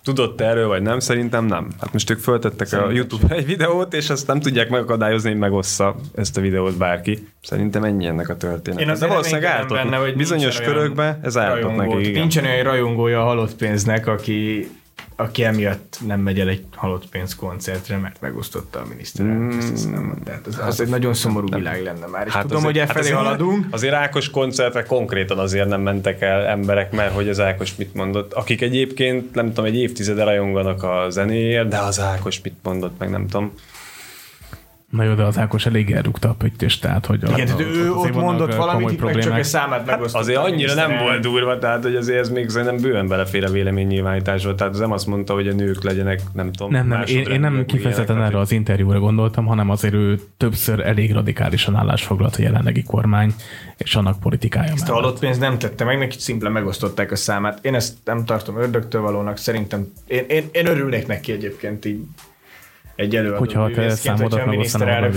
tudott erről, vagy nem? Szerintem nem. Hát most ők föltettek a YouTube egy videót, és azt nem tudják megakadályozni, hogy megossza ezt a videót bárki. Szerintem ennyi ennek a történet. De valószínűleg ártott. Benne, hogy bizonyos körökben ez ártott nekik. Nincsen olyan rajongója a halott pénznek, aki emiatt nem megy el egy halott pénz koncertre, mert megosztotta a miniszterelnök. Tehát az egy nagyon szomorú világ lenne már. És hát tudom, hogy felé haladunk. Azért Ákos koncertre konkrétan azért nem mentek el emberek, mert hogy az Ákos mit mondott. Akik egyébként, nem tudom, egy évtizede rajonganak a zenéért, de az Ákos mit mondott, meg nem tudom. Na jó, de az Ákos elég elrúgta a pöttyöst, tehát hogy... Igen, ő ott mondott valamit, meg csak egy számát megosztott. Azért annyira nem volt durva, tehát hogy azért ez még szerintem bőven belefér a véleménynyilvánításba, tehát az nem azt mondta, hogy a nők legyenek, nem tudom... Nem, én nem kifejezetten erre az interjúra gondoltam, hanem azért ő többször elég radikálisan állásfoglalt a jelenlegi kormány, és annak politikája ezt a halott pénzt nem tette meg, neki szimplán megosztották a számát. Én ezt nem tartom ördögtől valónak, szerintem én örülnék neki egyébként így. Egy előadó hogyha te számodat megosztanak,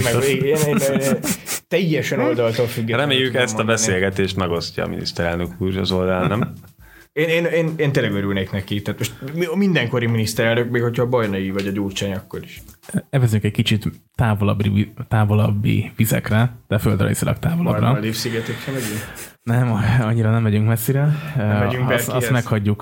teljesen oldaltól függetlenül. Reméljük ezt a beszélgetést megosztja a miniszterelnök úr az oldal, nem? Én tényleg örülnék neki. Tehát most mindenkori miniszterelnök, még hogyha a Bajnai vagy a Gyurcsány, akkor is. Evezünk egy kicsit távolabbi vizekre, de földrajzilag távolabbra. Maldív-szigetekre megyünk? Nem, annyira nem megyünk messzire. Azt meghagyjuk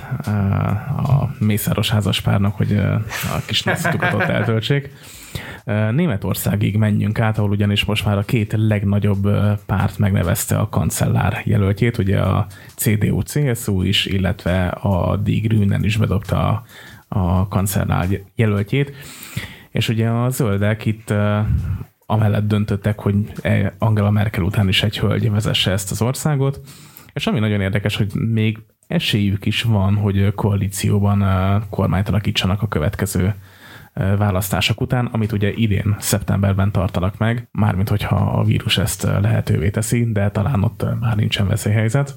a mészáros házaspárnak, hogy a kis nasszitukat ott eltöltsék. Németországig menjünk át, ahol ugyanis most már a két legnagyobb párt megnevezte a kancellár jelöltjét, ugye a CDU-CSU is, illetve a Die Grünen is bedobta a kancellár jelöltjét, és ugye a zöldek itt amellett döntöttek, hogy Angela Merkel után is egy hölgy vezesse ezt az országot, és ami nagyon érdekes, hogy még esélyük is van, hogy koalícióban kormányt alakítsanak a következő választások után, amit ugye idén szeptemberben tartanak meg, mármint hogyha a vírus ezt lehetővé teszi, de talán ott már nincsen veszélyhelyzet.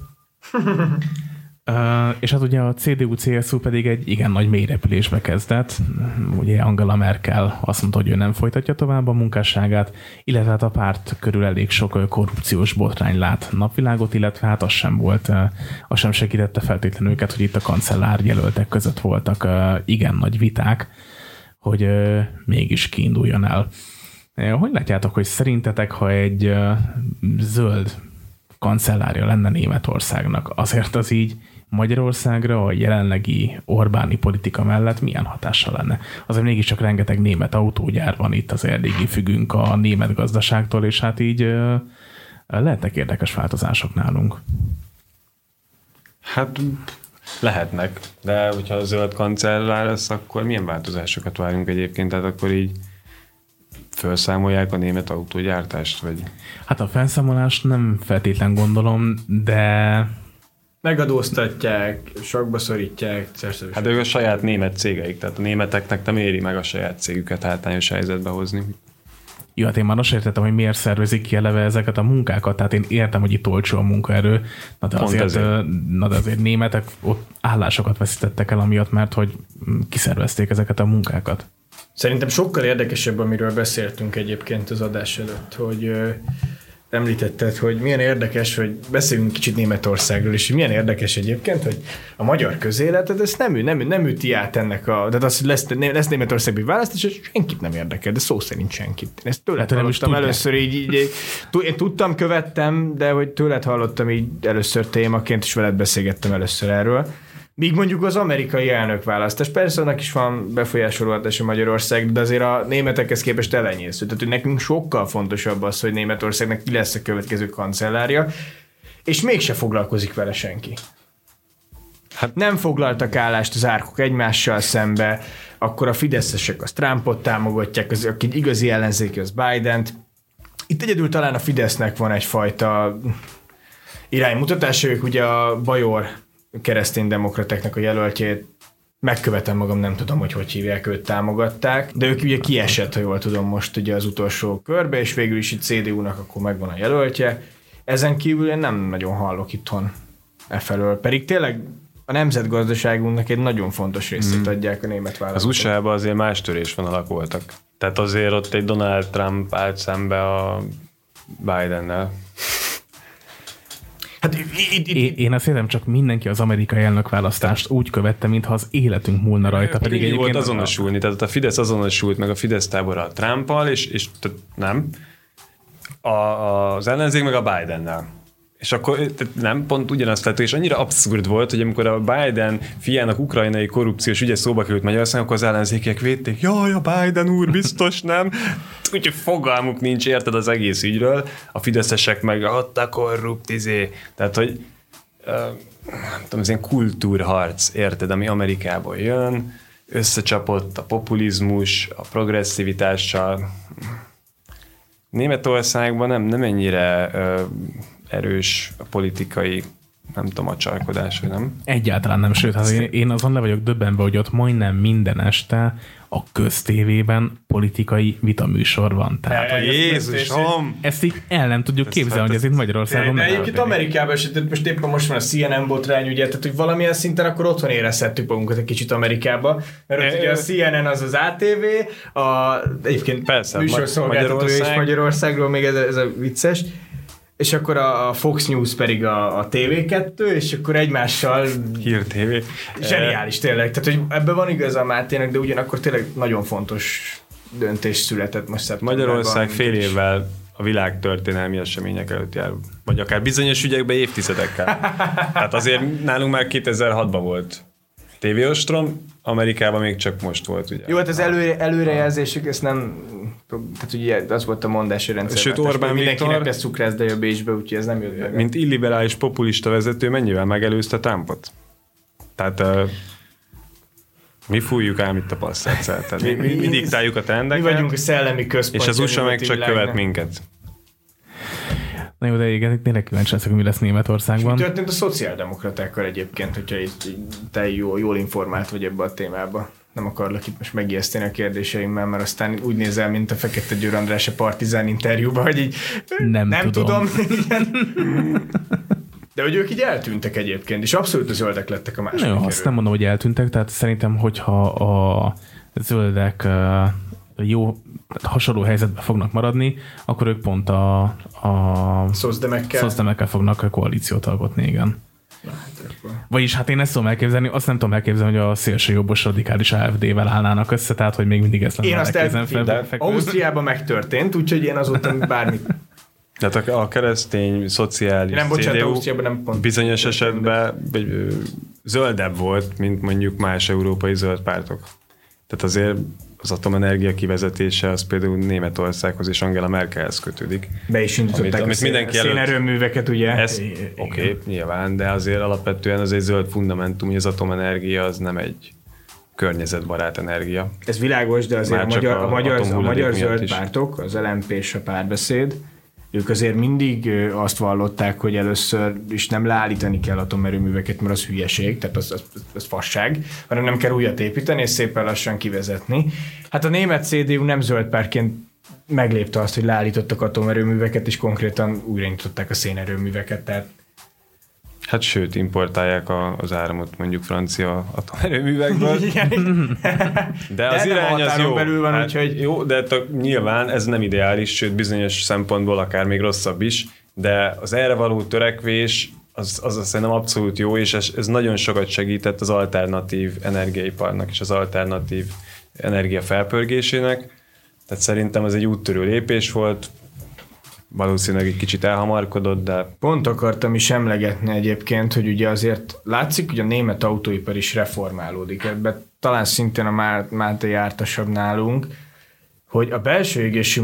És hát ugye a CDU-CSU pedig egy igen nagy mélyrepülésbe kezdett. Ugye Angela Merkel azt mondta, hogy ő nem folytatja tovább a munkásságát, illetve hát a párt körül elég sok korrupciós botrány lát napvilágot, illetve hát az sem segítette feltétlenül őket, hogy itt a kancellár jelöltek között voltak igen nagy viták, hogy mégis kiinduljon el. Hogy látjátok, hogy szerintetek, ha egy zöld kancellárja lenne Németországnak, azért az így Magyarországra a jelenlegi Orbáni politika mellett milyen hatással lenne? Azért mégiscsak rengeteg német autógyár van itt, azért eléggé függünk a német gazdaságtól, és hát így lehetnek érdekes változások nálunk. Hát lehetnek, de hogyha a zöld kancellár lesz, akkor milyen változásokat várunk egyébként? Tehát akkor így felszámolják a német autógyártást? Vagy? Hát a felszámolást nem feltétlen gondolom, de... Megadóztatják, sokba szorítják. Hát ők a saját német cégeik, tehát a németeknek nem éri meg a saját cégüket hátrányos helyzetbe hozni. Jó, hát én már azt értettem, hogy miért szervezik ki eleve ezeket a munkákat, tehát én értem, hogy itt olcsó a munkaerő, de azért németek ott állásokat veszítettek el amiatt, mert hogy kiszervezték ezeket a munkákat. Szerintem sokkal érdekesebb, amiről beszéltünk egyébként az adás előtt, hogy említetted, hogy milyen érdekes, hogy beszéljünk kicsit Németországról, és milyen érdekes egyébként, hogy a magyar közéletet ezt nem üti át ennek tehát az, hogy lesz Németországban választás, és senkit nem érdekel, de szó szerint senkit. Én ezt tőled hallottam először így én tudtam, követtem, de hogy tőled hallottam így először témaként, és veled beszélgettem először erről. Míg mondjuk az amerikai elnökválasztás, persze annak is van befolyásoló hatása Magyarország, de azért a németekhez képest elenyésző. Tehát, hogy nekünk sokkal fontosabb az, hogy Németországnak ki lesz a következő kancellárja, és mégse foglalkozik vele senki. Hát nem foglaltak állást az árkok egymással szembe, akkor a fideszesek az Trumpot támogatják, aki igazi ellenzéki az Bident. Itt egyedül talán a Fidesznek van egyfajta iránymutatása, ők ugye a Bajor kereszténydemokratáknak a jelöltjét, megkövetem magam, nem tudom, hogy hívják, őt támogatták, de ők ugye kiesett, ha jól tudom, most ugye az utolsó körbe, és végül is itt CDU-nak akkor megvan a jelöltje. Ezen kívül én nem nagyon hallok itthon efelől, pedig tényleg a nemzetgazdaságunknak egy nagyon fontos részét adják a német választók. Az USA-ban azért más törésvonalak voltak. Tehát azért ott egy Donald Trump állt szembe a Bidennel. Hát Én azt hiszem, csak mindenki az amerikai elnökválasztást úgy követte, mintha az életünk múlna rajta. Pedig így volt azonosulni, tehát a Fidesz azonosult meg a Fidesz tábora a Trumpal, és nem. Az ellenzék meg a Bidennel. És akkor nem pont ugyanazt lett, és annyira abszurd volt, hogy amikor a Biden fiának ukrajnai korrupciós ügye szóba került Magyarországon, akkor az ellenzékek védték, jaj, a Biden úr biztos nem. Úgyhogy fogalmuk nincs, érted, az egész ügyről. A fideszesek meg ott a korrupt Tehát, hogy nem tudom, ez ilyen kultúrharc, érted, ami Amerikából jön, összecsapott a populizmus, a progresszivitással. Németországban nem ennyire erős a politikai, nem tudom, a csalkodás, vagy nem? Egyáltalán nem, sőt, hát én azon le vagyok döbbenve, hogy ott majdnem minden este a köztévében politikai vitaműsor van. Tehát, Jézusom! Ezt így el nem tudjuk képzelni, hogy ez itt Magyarországon de egyébként Amerikában is, most van a CNN botrány, ugye, tehát hogy valamilyen szinten akkor otthon érezhettük magunkat egy kicsit Amerikába, mert ott ugye a CNN az az ATV, egyébként műsorszolgáltató és Magyarországról még ez a vicces, és akkor a Fox News pedig a TV2, és akkor egymással... Hír TV. Zseniális tényleg. Tehát, hogy ebben van igaza Mátének, de ugyanakkor tényleg nagyon fontos döntés született most szeptemberben. Magyarország fél évvel a világ történelmi események előtt jár, vagy akár bizonyos ügyekben évtizedekkel. Tehát azért nálunk már 2006-ban volt TV-ostrom, Amerikában még csak most volt, ugye. Jó, hát az előrejelzésük, ezt nem... Tehát ugye az volt a mondási rendszer. Sőt, Orbán mindenkinek lesz cukrászdaja Bécsbe, úgyhogy ez nem jött meg. Mint illiberális populista vezető mennyivel megelőzte Trumpot? Tehát mi fújjuk ám itt a passzát. Mi diktáljuk a trendeket. Mi vagyunk a szellemi központ. És az USA meg csak követ minket. Na jó, de igen, tényleg kíváncsi leszek, mi lesz Németországban. És mi történt a szociáldemokratákkal egyébként, hogyha te jól informált vagy ebbe a témába? Nem akarlak itt most megijeszteni a kérdéseimmel, mert aztán úgy nézel, mint a Fekete Győr András a Partizán interjúban, hogy így nem tudom. De hogy ők így eltűntek egyébként, és abszolút a zöldek lettek a második erő. Azt nem mondom, hogy eltűntek, tehát szerintem, hogyha a zöldek jó, hasonló helyzetben fognak maradni, akkor ők pont a szozdemekkel fognak koalíciót alkotni, igen. Vagyis hát én ezt tudom elképzelni, azt nem tudom elképzelni, hogy a szélsőjobbos radikális AfD-vel állnának össze, tehát hogy még mindig ezt nem elképzelni. Ausztriában megtörtént, úgyhogy én azóta bármit... Tehát a keresztény, szociális CDU bizonyos esetben zöldebb volt, mint mondjuk más európai zöld pártok. Tehát azért az atomenergia kivezetése az például Németországhoz és Angela Merkelhez kötődik. Be is indították a szénerőműveket, ugye? Oké, nyilván, de azért alapvetően az egy zöld fundamentum, hogy az atomenergia az nem egy környezetbarát energia. Ez világos, de azért a magyar zöld pártok, az LMP és a Párbeszéd, ők azért mindig azt vallották, hogy először is nem leállítani kell atomerőműveket, mert az hülyeség, tehát az fasság, hanem nem kell újat építeni, és szépen lassan kivezetni. Hát a német CDU nem zöld pártként meglépte azt, hogy leállítottak atomerőműveket, és konkrétan újraindították a szénerőműveket, tehát hát sőt, importálják az áramot mondjuk francia atomerőművekből. De az irány az jó. Belül van, úgyhogy... Jó, de nyilván ez nem ideális, sőt bizonyos szempontból akár még rosszabb is, de az erre való törekvés az szerintem abszolút jó, és ez nagyon sokat segített az alternatív energiaiparnak és az alternatív energia felpörgésének. Tehát szerintem ez egy úttörő lépés volt, valószínűleg egy kicsit elhamarkodott, de... Pont akartam is emlegetni egyébként, hogy ugye azért látszik, hogy a német autóipar is reformálódik. Ebben talán szintén a Máté jártasabb nálunk, hogy a belső égésű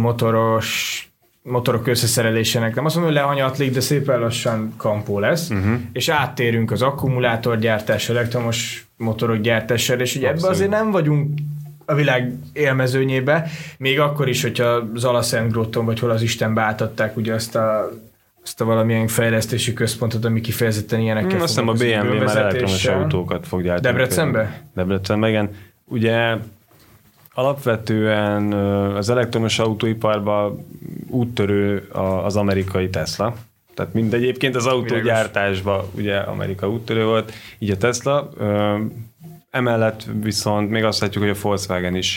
motorok összeszerelésének nem azt mondom, hogy lehanyatlik, de szépen lassan kampó lesz, és áttérünk az akkumulátorgyártás, elektromos motorok gyártására, és ugye ebben azért nem vagyunk a világ élmezőnyébe, még akkor is, hogyha Zalaszentgróton, vagy hol az Istenbe átadták ugye azt a valamilyen fejlesztési központot, ami kifejezetten ilyenekkel azt hiszem a BMW már elektromos autókat fog gyártani. Debrecenbe? Debrecenbe, igen. Ugye alapvetően az elektromos autóiparban úttörő az amerikai Tesla. Tehát mindegyébként az autógyártásban ugye Amerika úttörő volt, így a Tesla. Emellett viszont még azt látjuk, hogy a Volkswagen is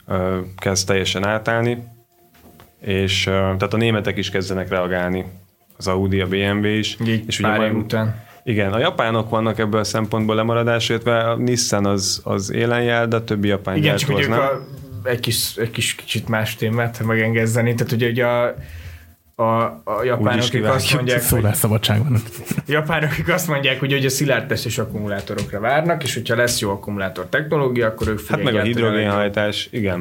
kezd teljesen átállni, és tehát a németek is kezdenek reagálni az Audi, a BMW is. És ugye után. Igen, a japánok vannak ebből a szempontból lemaradás, illetve a Nissan az élen jel, de a többi japán gyártó az nem. Egy kicsit más témát megengedni, tehát ugye a japánok, akik azt mondják, japánok azt mondják, hogy a szilárdtestes akkumulátorokra várnak, és hogyha lesz jó akkumulátor technológia, akkor ők fogják. Hát meg a hidrogénhajtás, igen.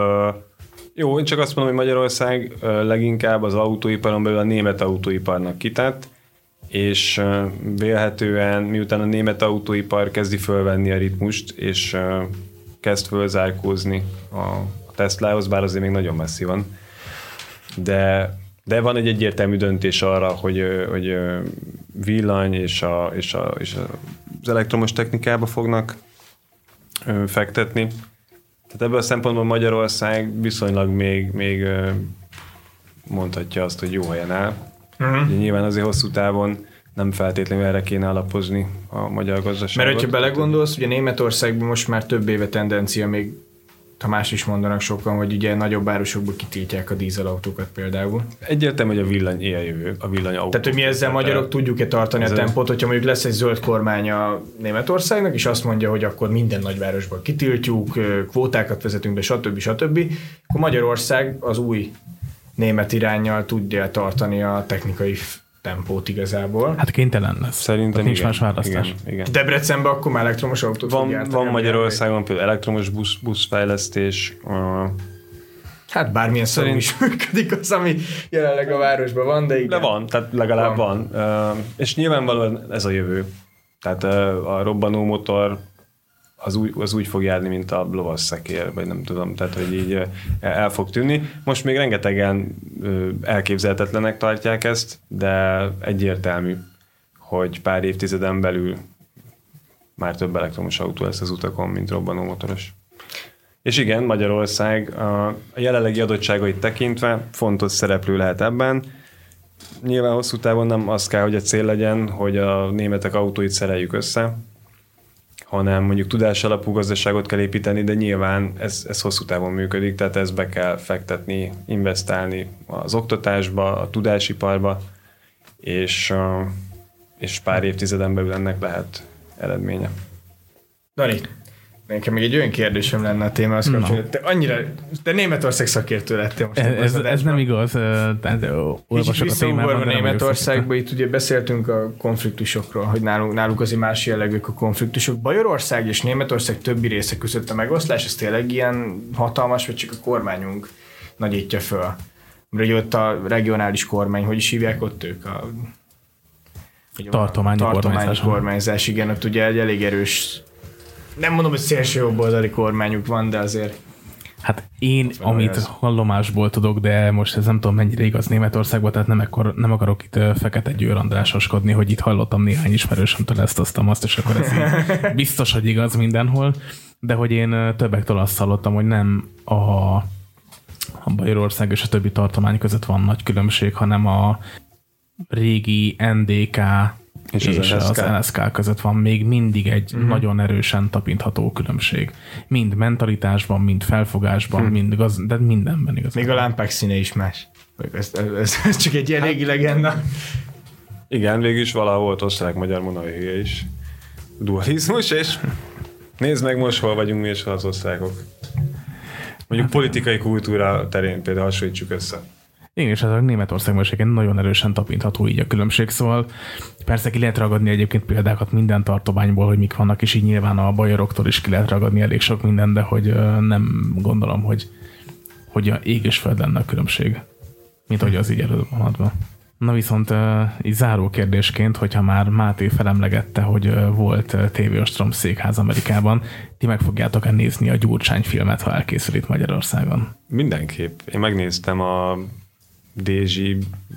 Jó, én csak azt mondom, hogy Magyarország leginkább az autóiparon belül a német autóiparnak kitett, és vélhetően miután a német autóipar kezdi fölvenni a ritmust, és kezd fölzárkózni a Teslahoz, bár azért még nagyon messzi van. De van egy egyértelmű döntés arra, hogy villany és az elektromos technikába fognak fektetni. Tehát ebből a szempontból Magyarország viszonylag még mondhatja azt, hogy jó helyen áll. Uh-huh. Nyilván azért hosszú távon nem feltétlenül erre kéne alapozni a magyar gazdaságot. Mert hogyha belegondolsz, ugye Németországban most már több éve tendencia, még ha más is mondanak sokan, hogy ugye nagyobb városokból kitiltják a dízelautókat például. Egyértelmű, hogy a villany éljövő, a villanyautó. Tehát, hogy mi ezzel magyarok tudjuk-e tartani a tempót, hogyha mondjuk lesz egy zöld kormány a Németországnak, és azt mondja, hogy akkor minden nagyvárosból kitiltjuk, kvótákat vezetünk be, stb. Akkor Magyarország az új német iránnyal tudja tartani a technikai tempót igazából. Hát kénytelen lesz. Szerintem nincs más választás. Igen. Debrecenben akkor már elektromos autót van Magyarországon például elektromos buszfejlesztés. Hát bármilyen szerint is működik az, ami jelenleg a városban van, de igen. De van, tehát legalább van. És nyilvánvalóan ez a jövő. Tehát a robbanó motor az úgy fog járni, mint a lovasszekér, vagy nem tudom, tehát hogy így el fog tűnni. Most még rengetegen elképzelhetetlenek tartják ezt, de egyértelmű, hogy pár évtizeden belül már több elektromos autó lesz az utakon, mint robbanómotoros. És igen, Magyarország a jelenlegi adottságait tekintve fontos szereplő lehet ebben. Nyilván hosszú távon nem az kell, hogy a cél legyen, hogy a németek autóit szereljük össze, hanem mondjuk tudásalapú gazdaságot kell építeni, de nyilván ez hosszú távon működik, tehát ezt be kell fektetni, investálni az oktatásba, a tudásiparba, és pár évtizeden belül ennek lehet eredménye. Dani, nekem még egy olyan kérdésem lenne a témához kapcsolatban. Te Németország szakértő lettél most. Ez nem igaz. Kicsit visszaugorva Németországba, itt ugye beszéltünk a konfliktusokról, hogy náluk azért más jellegűek a konfliktusok. Bajorország és Németország többi része között a megoszlás, ez tényleg ilyen hatalmas, vagy csak a kormányunk nagyítja föl? Mert ugye ott a regionális kormány, hogy is hívják ott ők? Tartományi kormányzás. Igen, ott ugye egy elég erős, nem mondom, hogy szélső jobboldali kormányuk van, de azért... Hát én, amit hallomásból tudok, de most ez nem tudom mennyire igaz Németországban, tehát nem akarok itt Fekete Győr Andrásoskodni, hogy itt hallottam néhány ismerősömtől ezt, azt, és akkor ez biztos, hogy igaz mindenhol, de hogy én többektől azt hallottam, hogy nem a Bajorország és a többi tartomány között van nagy különbség, hanem a régi NDK és az NSK között van még mindig egy nagyon erősen tapintható különbség. Mind mentalitásban, mind felfogásban, mind de mindenben igaz. Még a lámpák színe is más. Ez csak egy ilyen régi legenda. Igen, végülis valahol volt osztrák-magyar monarchia is. Dualizmus, és nézd meg most, hol vagyunk mi és hol az osztrákok. Mondjuk politikai kultúra terén például hasonlítsuk össze. Igen, és ez a Németországban is nagyon erősen tapintható így a különbség, szóval persze ki lehet ragadni egyébként példákat minden tartományból, hogy mik vannak, és így nyilván a bajoroktól is ki lehet ragadni elég sok minden, de hogy nem gondolom, hogy a ég és föld lenne a különbség, mint hogy az így előbb van adva. Na viszont így záró kérdésként, hogyha már Máté felemlegette, hogy volt TV Ostrom székház Amerikában, ti meg fogjátok-e nézni a Gyurcsány filmet, ha elkészül itt Magyarországon? Mindenképp. Én megnéztem a Dézsi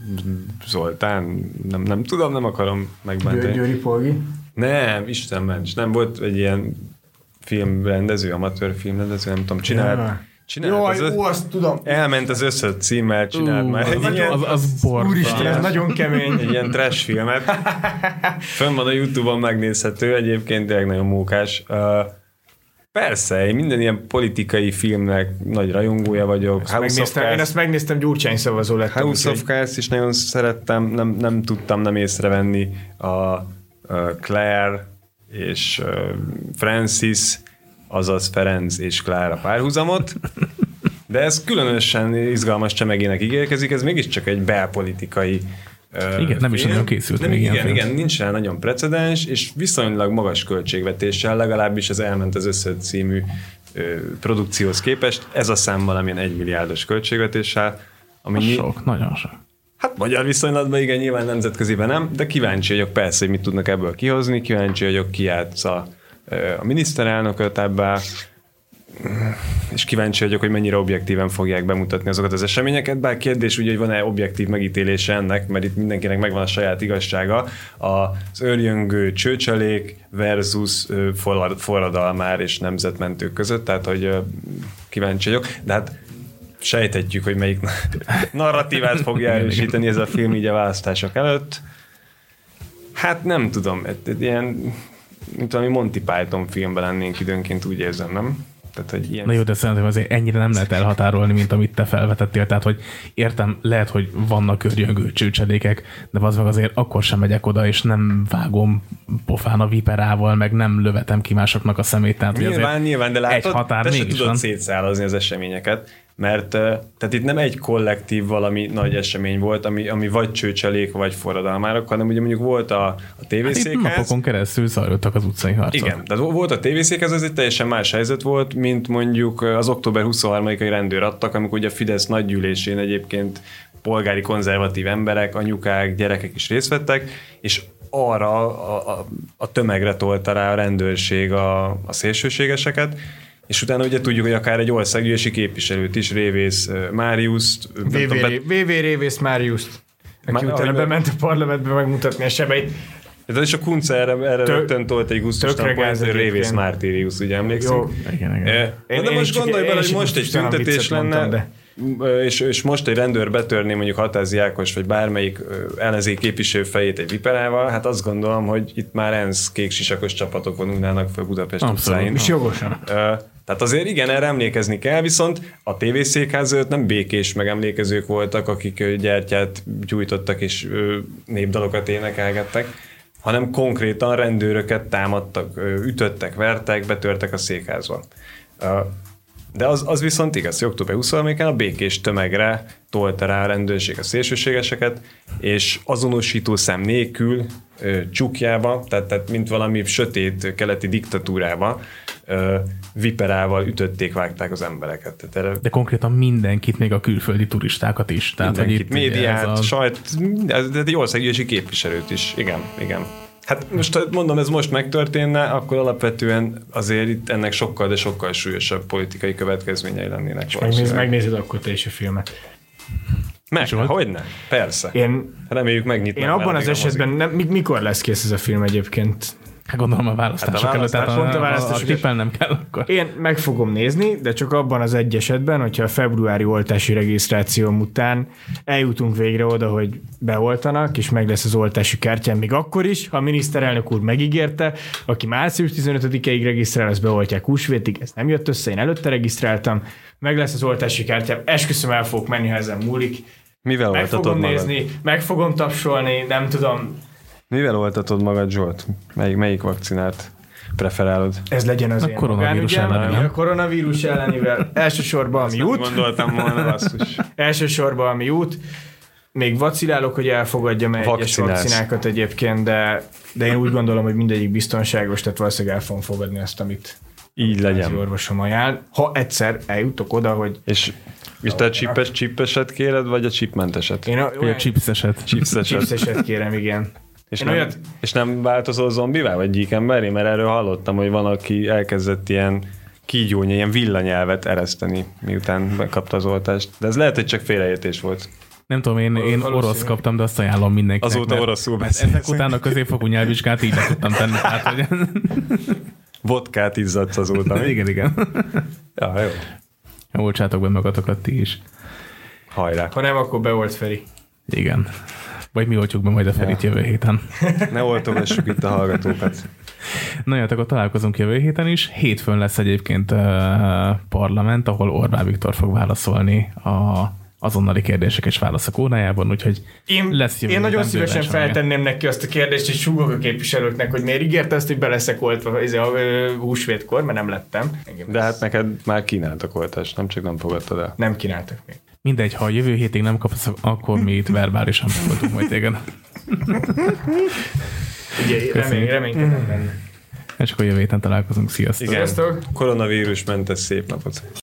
Zoltán, nem tudom, nem akarom megbántani. Győri Polgi? Nem, Isten ments. Nem, volt egy ilyen filmrendező, amatőr filmrendező, nem tudom, csinált. Azt tudom. Elment az összes címmel, csinált már egy ilyen... Az bor. Úristen, ez nagyon kemény. Egy ilyen trash filmet. Fönn van a YouTube-on megnézhető, egyébként tényleg nagyon mókás. Persze, én minden ilyen politikai filmnek nagy rajongója vagyok. Én ezt megnéztem, Gyurcsány szavazó lettem. House of Cards is nagyon szerettem, nem tudtam nem észrevenni a Claire és Francis, azaz Ferenc és Klára párhuzamot, de ez különösen izgalmas csemegének ígérkezik, ez mégiscsak egy belpolitikai igen, nem is nagyon készült. Igen, nincs rá nagyon precedens, és viszonylag magas költségvetéssel, legalábbis az Elment az Összöd című produkcióhoz képest, ez a szám valamilyen 1 milliárdos költségvetéssel. Ami sok, nagyon sok. Hát magyar viszonylatban igen, nyilván nemzetköziben nem, de kíváncsi vagyok persze, hogy mit tudnak ebből kihozni, kíváncsi vagyok, ki játsza a miniszterelnököt ebben, és kíváncsi vagyok, hogy mennyire objektíven fogják bemutatni azokat az eseményeket, bár kérdés ugye, hogy van-e objektív megítélése ennek, mert itt mindenkinek megvan a saját igazsága, az őrjöngő csőcselék versus forradalmár és nemzetmentők között, tehát hogy kíváncsi vagyok, de hát sejthetjük, hogy melyik narratívát fogja erősíteni ez a film így a választások előtt. Hát nem tudom, ilyen, mint valami Monty Python filmben lennénk időnként, úgy érzem, nem? Tehát, hogy ilyen... Na jó, de szerintem azért ennyire nem lehet elhatárolni, mint amit te felvetettél. Tehát, hogy értem, lehet, hogy vannak örjöngő csőcselékek, de az meg azért akkor sem megyek oda, és nem vágom pofán a viperával, meg nem lövetem ki másoknak a szemét. Tehát, nyilván, de látod, egy határ te sem mégis tudod van. Szétszálazni az eseményeket, mert tehát itt nem egy kollektív valami nagy esemény volt, ami vagy csőcselék, vagy forradalmárok, hanem ugye mondjuk volt a tévészékház. Hát itt napokon keresztül zajlottak az utcai harcok. Igen, tehát volt a tévészékház, ez egy teljesen más helyzet volt, mint mondjuk az október 23-ai rendőradtak, amikor ugye a Fidesz nagygyűlésén egyébként polgári konzervatív emberek, anyukák, gyerekek is részt vettek, és arra a tömegre tolta rá a rendőrség a szélsőségeseket, és utána ugye tudjuk, hogy akár egy országgyűlési képviselőt is, Révész Máriuszt. VV Révész Máriuszt, aki utána bement a parlamentbe megmutatni a sebeit. De és a Kunce erre rögtön tolt egy gusztustan pont, Révész Mártírius, ugye emlékszünk? Jó, igen. De most gondolj bele, hogy most egy tüntetés lenne, és most egy rendőr betörné mondjuk Hatázi Ákos, vagy bármelyik ellenzéki képviselő fejét egy viperával, hát azt gondolom, hogy itt már ENSZ kéksisakos csapatok vonulnának fel Budapest utcáin. És jogosan. Tehát azért igen, erre emlékezni kell, viszont a tévészékház előtt nem békés megemlékezők voltak, akik gyertyát gyújtottak és népdalokat énekelgettek, hanem konkrétan rendőröket támadtak, ütöttek, vertek, betörtek a székházba. De az viszont igaz, hogy október 23-án a békés tömegre tolta rá a rendőrség a szélsőségeseket, és azonosító szem nélkül csukjába, tehát mint valami sötét keleti diktatúrába viperával ütötték, vágták az embereket. De konkrétan mindenkit, még a külföldi turistákat is. Tehát, mindenkit, médiát, sajt, de egy országgyűlési képviselőt is. Igen. Hát most mondom, ez most megtörténne, akkor alapvetően azért itt ennek sokkal, de sokkal súlyosabb politikai következményei lennének. És megnézed akkor te is a filmet. Hogyne? Persze. Reméljük megnyitnak. Én abban az esetben, mikor lesz kész ez a film egyébként? Hát gondolom a választások előtt, tehát a tippel nem kell akkor. Én meg fogom nézni, de csak abban az egy esetben, hogyha a februári oltási regisztráció után eljutunk végre oda, hogy beoltanak, és meg lesz az oltási kártyám még akkor is, ha a miniszterelnök úr megígérte, aki március 15-ig regisztrál, azt beoltják húsvétig, ez nem jött össze, én előtte regisztráltam, meg lesz az oltási kártyám, esküszöm, el fogok menni, ha ezen múlik. Mivel meg fogom nézni, meg fogom tapsolni, nem tudom. Mivel oltatod magad, Zsolt? Melyik vakcinát preferálod? Ez legyen az én koronavírus ellenivel. A koronavírus ellenivel. Elsősorban ami jut. Gondoltam volna, basszus. Elsősorban ami jut. Még vacilálok, hogy elfogadjam egyes vakcinákat egyébként, de én úgy gondolom, hogy mindegyik biztonságos, tehát valószínűleg el fogom fogadni azt, amit így legyen. Az orvosom ajánl. Ha egyszer eljutok oda, hogy... És te a chippeset kéred, vagy a chipmenteset? A chipseset. Chipseset kérem, igen. És nem változol zombivá, vagy gyíkemberré? Mert erről hallottam, hogy van, aki elkezdett ilyen kígyónya, ilyen villanyelvet ereszteni, miután megkapta az oltást. De ez lehet, hogy csak félreértés volt. Nem tudom, én orosz kaptam, de azt ajánlom mindenkinek. Azóta oroszul beszélsz. Ezek után a középfokú nyelvvizsgát így le tudtam tenni. Tehát, hogy... Vodkát izzadsz azóta. Igen. Ja, jó. Oltsátok be magatokat ti is. Hajrá. Ha nem, akkor beolt Feri. Igen. Vagy mi oltjuk be majd a Ferit jövő héten. Ne oltogassuk itt a hallgatókat. Na jó, akkor találkozunk jövő héten is. Hétfőn lesz egyébként parlament, ahol Orbán Viktor fog válaszolni a azonnali kérdések és válaszok órájában, úgyhogy lesz jövő. Én nagyon szívesen feltenném neki azt a kérdést, hogy súgok a képviselőknek, hogy miért ígérte azt, hogy be leszek oltva a húsvétkor, mert nem lettem. De hát neked már kínáltak oltást, nem csak nem fogadtad el. Nem kínáltak még. Mindegy, ha a jövő hétig nem kapsz, akkor mi itt verbálisan fogadunk majd téged. Ugye, reménykedem benne. És akkor jövő héten találkozunk. Sziasztok! Igen, koronavírusmentes szép napot!